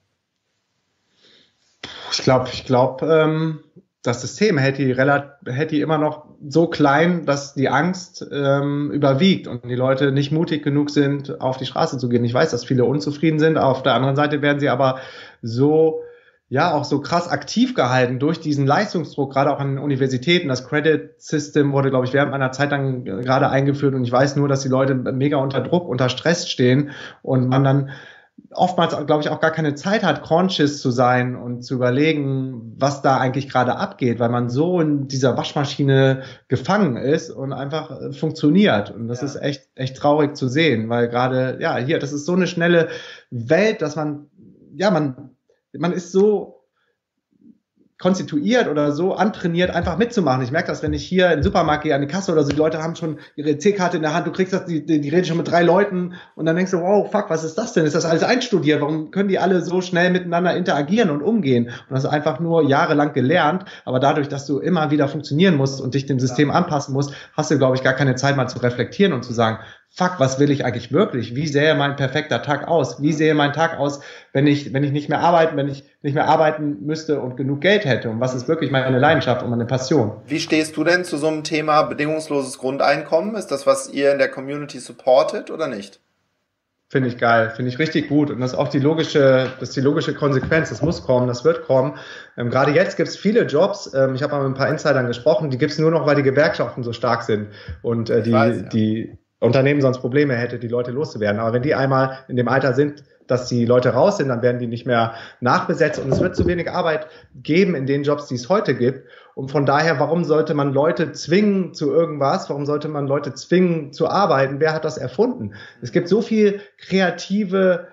Ich glaube, das System hält die immer noch so klein, dass die Angst überwiegt und die Leute nicht mutig genug sind, auf die Straße zu gehen. Ich weiß, dass viele unzufrieden sind. Auf der anderen Seite werden sie aber so ja auch so krass aktiv gehalten durch diesen Leistungsdruck, gerade auch an den Universitäten. Das Credit System wurde, glaube ich, während meiner Zeit dann gerade eingeführt und ich weiß nur, dass die Leute mega unter Druck, unter Stress stehen und man dann oftmals, glaube ich, auch gar keine Zeit hat, conscious zu sein und zu überlegen, was da eigentlich gerade abgeht, weil man so in dieser Waschmaschine gefangen ist und einfach funktioniert. Und das ist echt traurig zu sehen, weil gerade, ja, hier, das ist so eine schnelle Welt, dass man ist so konstituiert oder so antrainiert, einfach mitzumachen. Ich merke das, wenn ich hier in den Supermarkt gehe, an die Kasse oder so, die Leute haben schon ihre EC-Karte in der Hand, du kriegst das, die reden schon mit 3 Leuten und dann denkst du, wow, fuck, was ist das denn? Ist das alles einstudiert? Warum können die alle so schnell miteinander interagieren und umgehen? Und das ist einfach nur jahrelang gelernt, aber dadurch, dass du immer wieder funktionieren musst und dich dem System anpassen musst, hast du, glaube ich, gar keine Zeit mal zu reflektieren und zu sagen, fuck, was will ich eigentlich wirklich? Wie sähe mein perfekter Tag aus? Wie sähe mein Tag aus, wenn ich nicht mehr arbeiten müsste und genug Geld hätte? Und was ist wirklich meine Leidenschaft und meine Passion? Wie stehst du denn zu so einem Thema bedingungsloses Grundeinkommen? Ist das, was ihr in der Community supportet oder nicht? Finde ich geil, finde ich richtig gut. Und das ist auch die logische Konsequenz. Das muss kommen, das wird kommen. Gerade jetzt gibt es viele Jobs. Ich habe mal mit ein paar Insidern gesprochen, die gibt es nur noch, weil die Gewerkschaften so stark sind und die Unternehmen sonst Probleme hätte, die Leute loszuwerden. Aber wenn die einmal in dem Alter sind, dass die Leute raus sind, dann werden die nicht mehr nachbesetzt und es wird zu wenig Arbeit geben in den Jobs, die es heute gibt. Und von daher, warum sollte man Leute zwingen zu irgendwas? Warum sollte man Leute zwingen zu arbeiten? Wer hat das erfunden? Es gibt so viel kreative,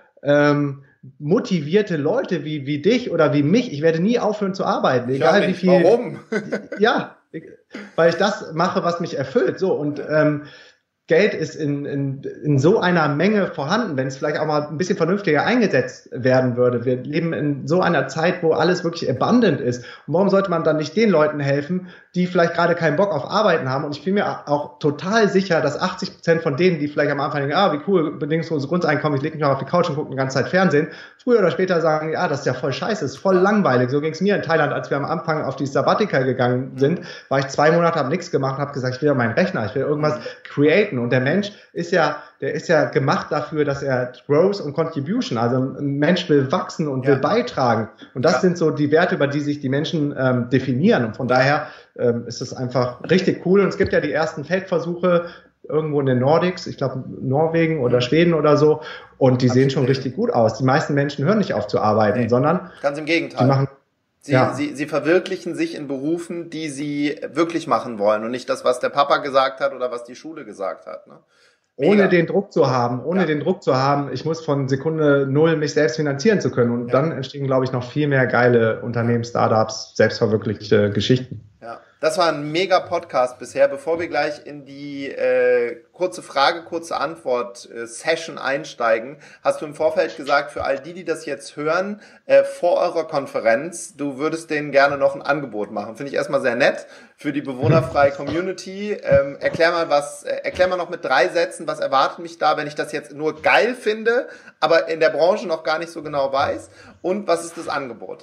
motivierte Leute wie dich oder wie mich. Ich werde nie aufhören zu arbeiten, egal wie viel. Warum? Ja, weil ich das mache, was mich erfüllt. So und Geld ist in so einer Menge vorhanden, wenn es vielleicht auch mal ein bisschen vernünftiger eingesetzt werden würde. Wir leben in so einer Zeit, wo alles wirklich abundant ist. Und warum sollte man dann nicht den Leuten helfen, die vielleicht gerade keinen Bock auf Arbeiten haben? Und ich bin mir auch total sicher, dass 80% von denen, die vielleicht am Anfang denken, wie cool, bedingungsloses Grundeinkommen, ich lege mich mal auf die Couch und gucke die ganze Zeit Fernsehen, früher oder später sagen, das ist ja voll scheiße, ist voll langweilig. So ging es mir in Thailand, als wir am Anfang auf die Sabbatical gegangen sind, war ich 2 Monate, habe nichts gemacht, habe gesagt, ich will ja meinen Rechner, ich will irgendwas createn. Und der Mensch ist ja gemacht dafür, dass er Growth und Contribution, also ein Mensch will wachsen und will beitragen. Und das sind so die Werte, über die sich die Menschen definieren. Und von daher ist es einfach richtig cool. Und es gibt ja die ersten Feldversuche irgendwo in den Nordics, ich glaube Norwegen oder Schweden oder so. Und die sehen schon richtig gut aus. Die meisten Menschen hören nicht auf zu arbeiten, sondern ganz im Gegenteil. Sie verwirklichen sich in Berufen, die sie wirklich machen wollen und nicht das, was der Papa gesagt hat oder was die Schule gesagt hat. Ne? Ohne den Druck zu haben, ich muss von Sekunde 0 mich selbst finanzieren zu können. Und dann entstehen, glaube ich, noch viel mehr geile Unternehmen, Startups, selbstverwirklichte Geschichten. Ja, das war ein mega Podcast bisher. Bevor wir gleich in die kurze Frage, kurze Antwort Session einsteigen, hast du im Vorfeld gesagt, für all die das jetzt hören, vor eurer Konferenz, du würdest denen gerne noch ein Angebot machen. Finde ich erstmal sehr nett für die bewohnerfreie Community. Erklär mal noch mit 3 Sätzen, was erwartet mich da, wenn ich das jetzt nur geil finde, aber in der Branche noch gar nicht so genau weiß. Und was ist das Angebot?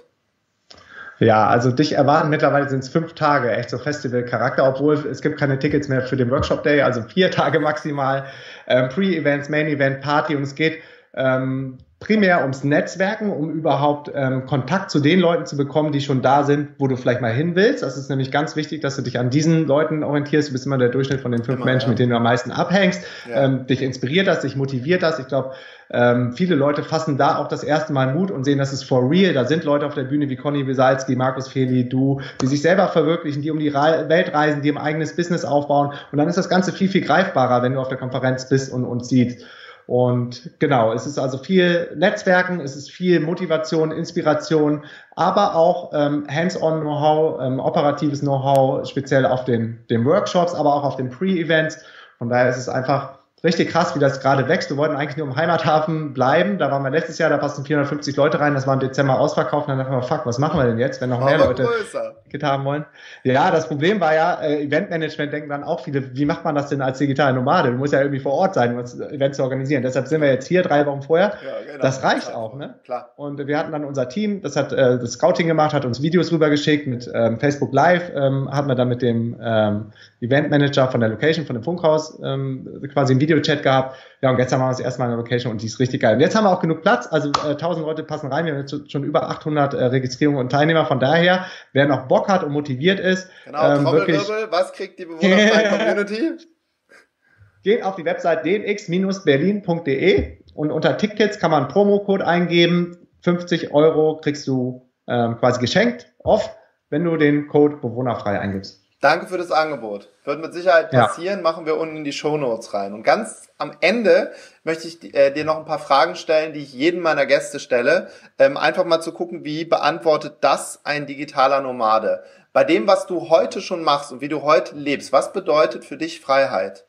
Ja, also dich erwarten, mittlerweile sind es 5 Tage, echt so Festival-Charakter, obwohl es gibt keine Tickets mehr für den Workshop-Day, also 4 Tage maximal, Pre-Events, Main-Event, Party und es geht primär ums Netzwerken, um überhaupt Kontakt zu den Leuten zu bekommen, die schon da sind, wo du vielleicht mal hin willst. Das ist nämlich ganz wichtig, dass du dich an diesen Leuten orientierst. Du bist immer der Durchschnitt von den 5 Menschen, mit denen du am meisten abhängst. Dich inspiriert das, dich motiviert das. Ich glaube, viele Leute fassen da auch das erste Mal Mut und sehen, das ist for real. Da sind Leute auf der Bühne wie Conny Wesalski, Markus Feli, du, die sich selber verwirklichen, die um die Welt reisen, die ein eigenes Business aufbauen. Und dann ist das Ganze viel, viel greifbarer, wenn du auf der Konferenz bist und uns siehst. Und genau, es ist also viel Netzwerken, es ist viel Motivation, Inspiration, aber auch Hands-on-Know-how, operatives Know-how, speziell auf den Workshops, aber auch auf den Pre-Events. Von daher ist es einfach richtig krass, wie das gerade wächst. Wir wollten eigentlich nur im Heimathafen bleiben. Da waren wir letztes Jahr, da passen 450 Leute rein. Das war im Dezember ausverkauft. Und dann dachten wir, fuck, was machen wir denn jetzt, wenn noch mehr Leute Ticket haben wollen. Ja, das Problem war ja, Eventmanagement denken dann auch viele, wie macht man das denn als digitale Nomade? Du musst ja irgendwie vor Ort sein, um das Event zu organisieren. Deshalb sind wir jetzt hier 3 Wochen vorher. Ja, genau, das reicht auch, ne? Klar. Und wir hatten dann unser Team, das hat das Scouting gemacht, hat uns Videos rübergeschickt mit Facebook Live, hatten wir dann mit dem Eventmanager von der Location, von dem Funkhaus quasi einen Videochat gehabt. Ja, und jetzt haben wir das erste Mal eine Location und die ist richtig geil. Und jetzt haben wir auch genug Platz, also 1000 Leute passen rein, wir haben jetzt schon über 800 Registrierungen und Teilnehmer. Von daher, wer noch Bock hat und motiviert ist, genau, Trommelwirbel, was kriegt die bewohnerfreie Community? Geht auf die Website dnx-berlin.de und unter Tickets kann man einen Promocode eingeben. 50 € kriegst du quasi geschenkt, off, wenn du den Code bewohnerfrei eingibst. Danke für das Angebot. Wird mit Sicherheit passieren, machen wir unten in die Shownotes rein. Und ganz am Ende möchte ich dir noch ein paar Fragen stellen, die ich jedem meiner Gäste stelle. Einfach mal zu gucken, wie beantwortet das ein digitaler Nomade? Bei dem, was du heute schon machst und wie du heute lebst, was bedeutet für dich Freiheit?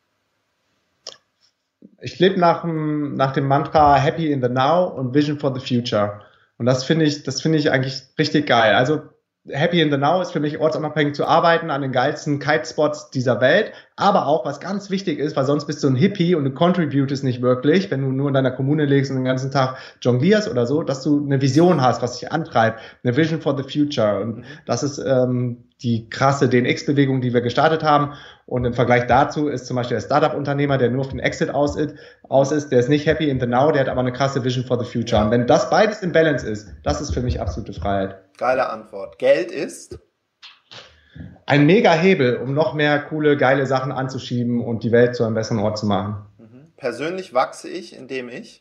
Ich lebe nach dem Mantra Happy in the Now und Vision for the Future. Und das finde ich eigentlich richtig geil. Also Happy in the Now ist für mich ortsunabhängig zu arbeiten an den geilsten Kitespots dieser Welt, aber auch, was ganz wichtig ist, weil sonst bist du ein Hippie und du contributest nicht wirklich, wenn du nur in deiner Kommune lebst und den ganzen Tag jonglierst oder so, dass du eine Vision hast, was dich antreibt, eine Vision for the Future. Und das ist die krasse DNX-Bewegung, die wir gestartet haben. Und im Vergleich dazu ist zum Beispiel der Startup-Unternehmer, der nur auf den Exit aus ist, der ist nicht happy in the now, der hat aber eine krasse Vision for the future. Und wenn das beides im Balance ist, das ist für mich absolute Freiheit. Geile Antwort. Geld ist? Ein mega Hebel, um noch mehr coole, geile Sachen anzuschieben und die Welt zu einem besseren Ort zu machen. Persönlich wachse ich, indem ich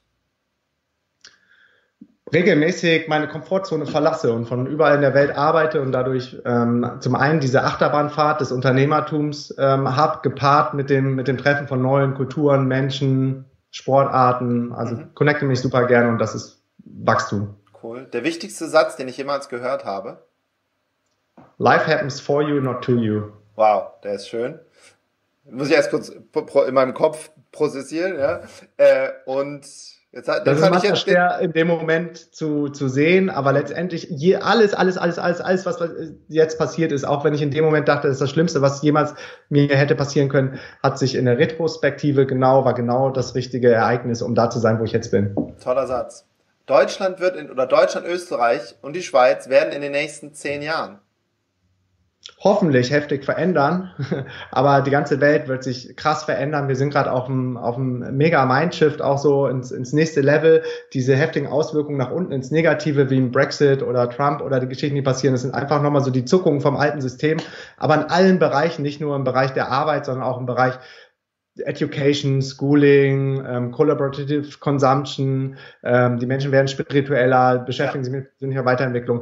regelmäßig meine Komfortzone verlasse und von überall in der Welt arbeite und dadurch zum einen diese Achterbahnfahrt des Unternehmertums habe, gepaart mit dem Treffen von neuen Kulturen, Menschen, Sportarten. Also connecte mich super gerne und das ist Wachstum. Cool. Der wichtigste Satz, den ich jemals gehört habe? Life happens for you, not to you. Wow, der ist schön. Muss ich erst kurz in meinem Kopf prozessieren, ja. Und das ist manchmal schwer in dem Moment zu sehen, aber letztendlich alles, was jetzt passiert ist, auch wenn ich in dem Moment dachte, das ist das Schlimmste, was jemals mir hätte passieren können, hat sich in der Retrospektive war genau das richtige Ereignis, um da zu sein, wo ich jetzt bin. Toller Satz. Deutschland, Österreich und die Schweiz werden in den nächsten 10 Jahren hoffentlich heftig verändern, aber die ganze Welt wird sich krass verändern. Wir sind gerade auf einem mega Mindshift auch so ins nächste Level. Diese heftigen Auswirkungen nach unten ins Negative wie ein Brexit oder Trump oder die Geschichten, die passieren, das sind einfach nochmal so die Zuckungen vom alten System, aber in allen Bereichen, nicht nur im Bereich der Arbeit, sondern auch im Bereich Education, Schooling, Collaborative Consumption, die Menschen werden spiritueller, beschäftigen sich mit persönlicher Weiterentwicklung.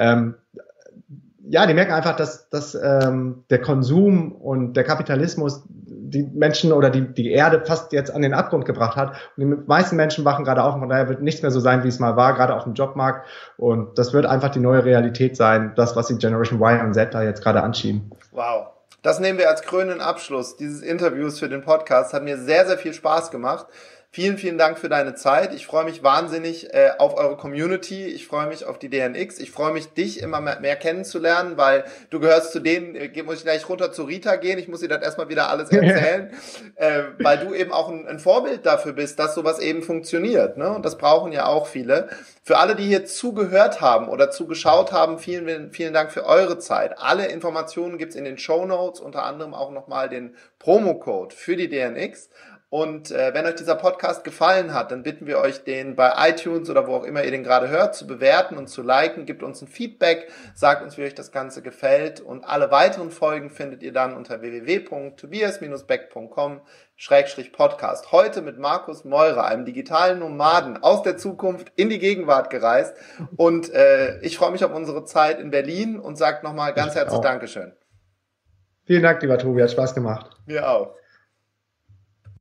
Die merken einfach, dass der Konsum und der Kapitalismus die Menschen oder die Erde fast jetzt an den Abgrund gebracht hat. Und die meisten Menschen wachen gerade auf und von daher wird nichts mehr so sein, wie es mal war, gerade auf dem Jobmarkt. Und das wird einfach die neue Realität sein, das, was die Generation Y und Z da jetzt gerade anschieben. Wow. Das nehmen wir als krönenden Abschluss dieses Interviews für den Podcast. Hat mir sehr, sehr viel Spaß gemacht. Vielen, vielen Dank für deine Zeit. Ich freue mich wahnsinnig auf eure Community. Ich freue mich auf die DNX. Ich freue mich, dich immer mehr kennenzulernen, weil du gehörst zu denen, muss ich gleich runter zu Rita gehen. Ich muss ihr das erstmal wieder alles erzählen, weil du eben auch ein Vorbild dafür bist, dass sowas eben funktioniert. Ne? Und das brauchen ja auch viele. Für alle, die hier zugehört haben oder zugeschaut haben, vielen, vielen Dank für eure Zeit. Alle Informationen gibt's in den Shownotes, unter anderem auch nochmal den Promocode für die DNX. Und wenn euch dieser Podcast gefallen hat, dann bitten wir euch, den bei iTunes oder wo auch immer ihr den gerade hört, zu bewerten und zu liken. Gebt uns ein Feedback, sagt uns, wie euch das Ganze gefällt. Und alle weiteren Folgen findet ihr dann unter www.tobias-beck.com/podcast. Heute mit Markus Meurer, einem digitalen Nomaden aus der Zukunft in die Gegenwart gereist. Und ich freue mich auf unsere Zeit in Berlin und sage nochmal ganz herzlich Dankeschön. Vielen Dank, lieber Tobi, hat Spaß gemacht. Mir auch.